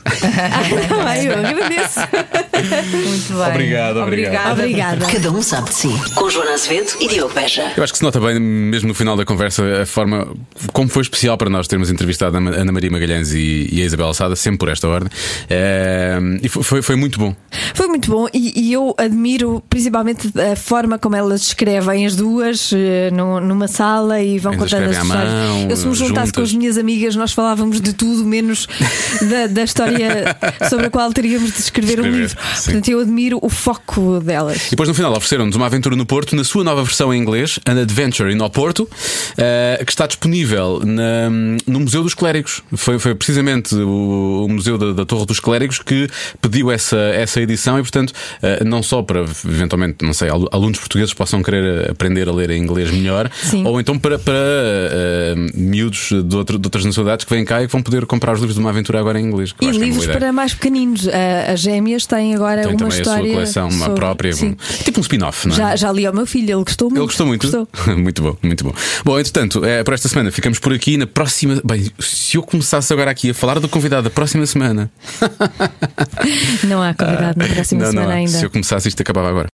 S2: ah, eu agradeço.
S4: Muito bem.
S3: Obrigado, obrigado.
S2: Obrigada.
S1: Cada um sabe de si. Com Joana Azevedo e Diogo Beja.
S3: Eu acho que se nota bem, mesmo no final da conversa, a forma como foi especial para nós termos entrevistado a Ana Maria Magalhães e, e a Isabel Alçada, sempre por esta ordem. É, e foi, foi muito bom.
S2: Foi muito bom, e, e eu admiro principalmente a forma como elas escrevem as duas no, numa sala e vão
S3: Ainda
S2: contando as histórias.
S3: Mão,
S2: eu, se me juntasse juntas. com as minhas amigas, nós falávamos de tudo, menos da, da história sobre a qual teríamos de escrever, escrever um livro. Sim. Portanto, eu admiro o foco delas.
S3: E depois no final ofereceram-nos uma aventura no Porto, na sua nova versão em inglês, An Adventure in Oporto, uh, que está disponível na, no Museu dos Clérigos. Foi, foi precisamente o, o Museu da, da Torre dos Clérigos que pediu essa, essa edição, e portanto, uh, não só para eventualmente, não sei, alunos portugueses possam querer aprender a ler em inglês melhor, sim, ou então para, para uh, miúdos de, outro, de outras nacionalidades que vêm cá e que vão poder comprar os livros de uma aventura agora em inglês.
S2: E livros para mais pequeninos. A, as Gêmeas têm agora
S3: tem
S2: uma história.
S3: A sua coleção, uma
S2: sobre...
S3: própria, um, tipo um spin-off, não é?
S2: Já, já li ao meu filho, ele gostou muito.
S3: Ele gostou muito.
S2: Gostou.
S3: Muito bom, muito bom. Bom, entretanto, é, por esta semana ficamos por aqui. Na próxima. Bem, se eu começasse agora aqui a falar do convidado da próxima semana.
S2: Não há convidado na próxima
S3: não,
S2: semana
S3: não,
S2: ainda.
S3: Se eu começasse, isto acabava agora.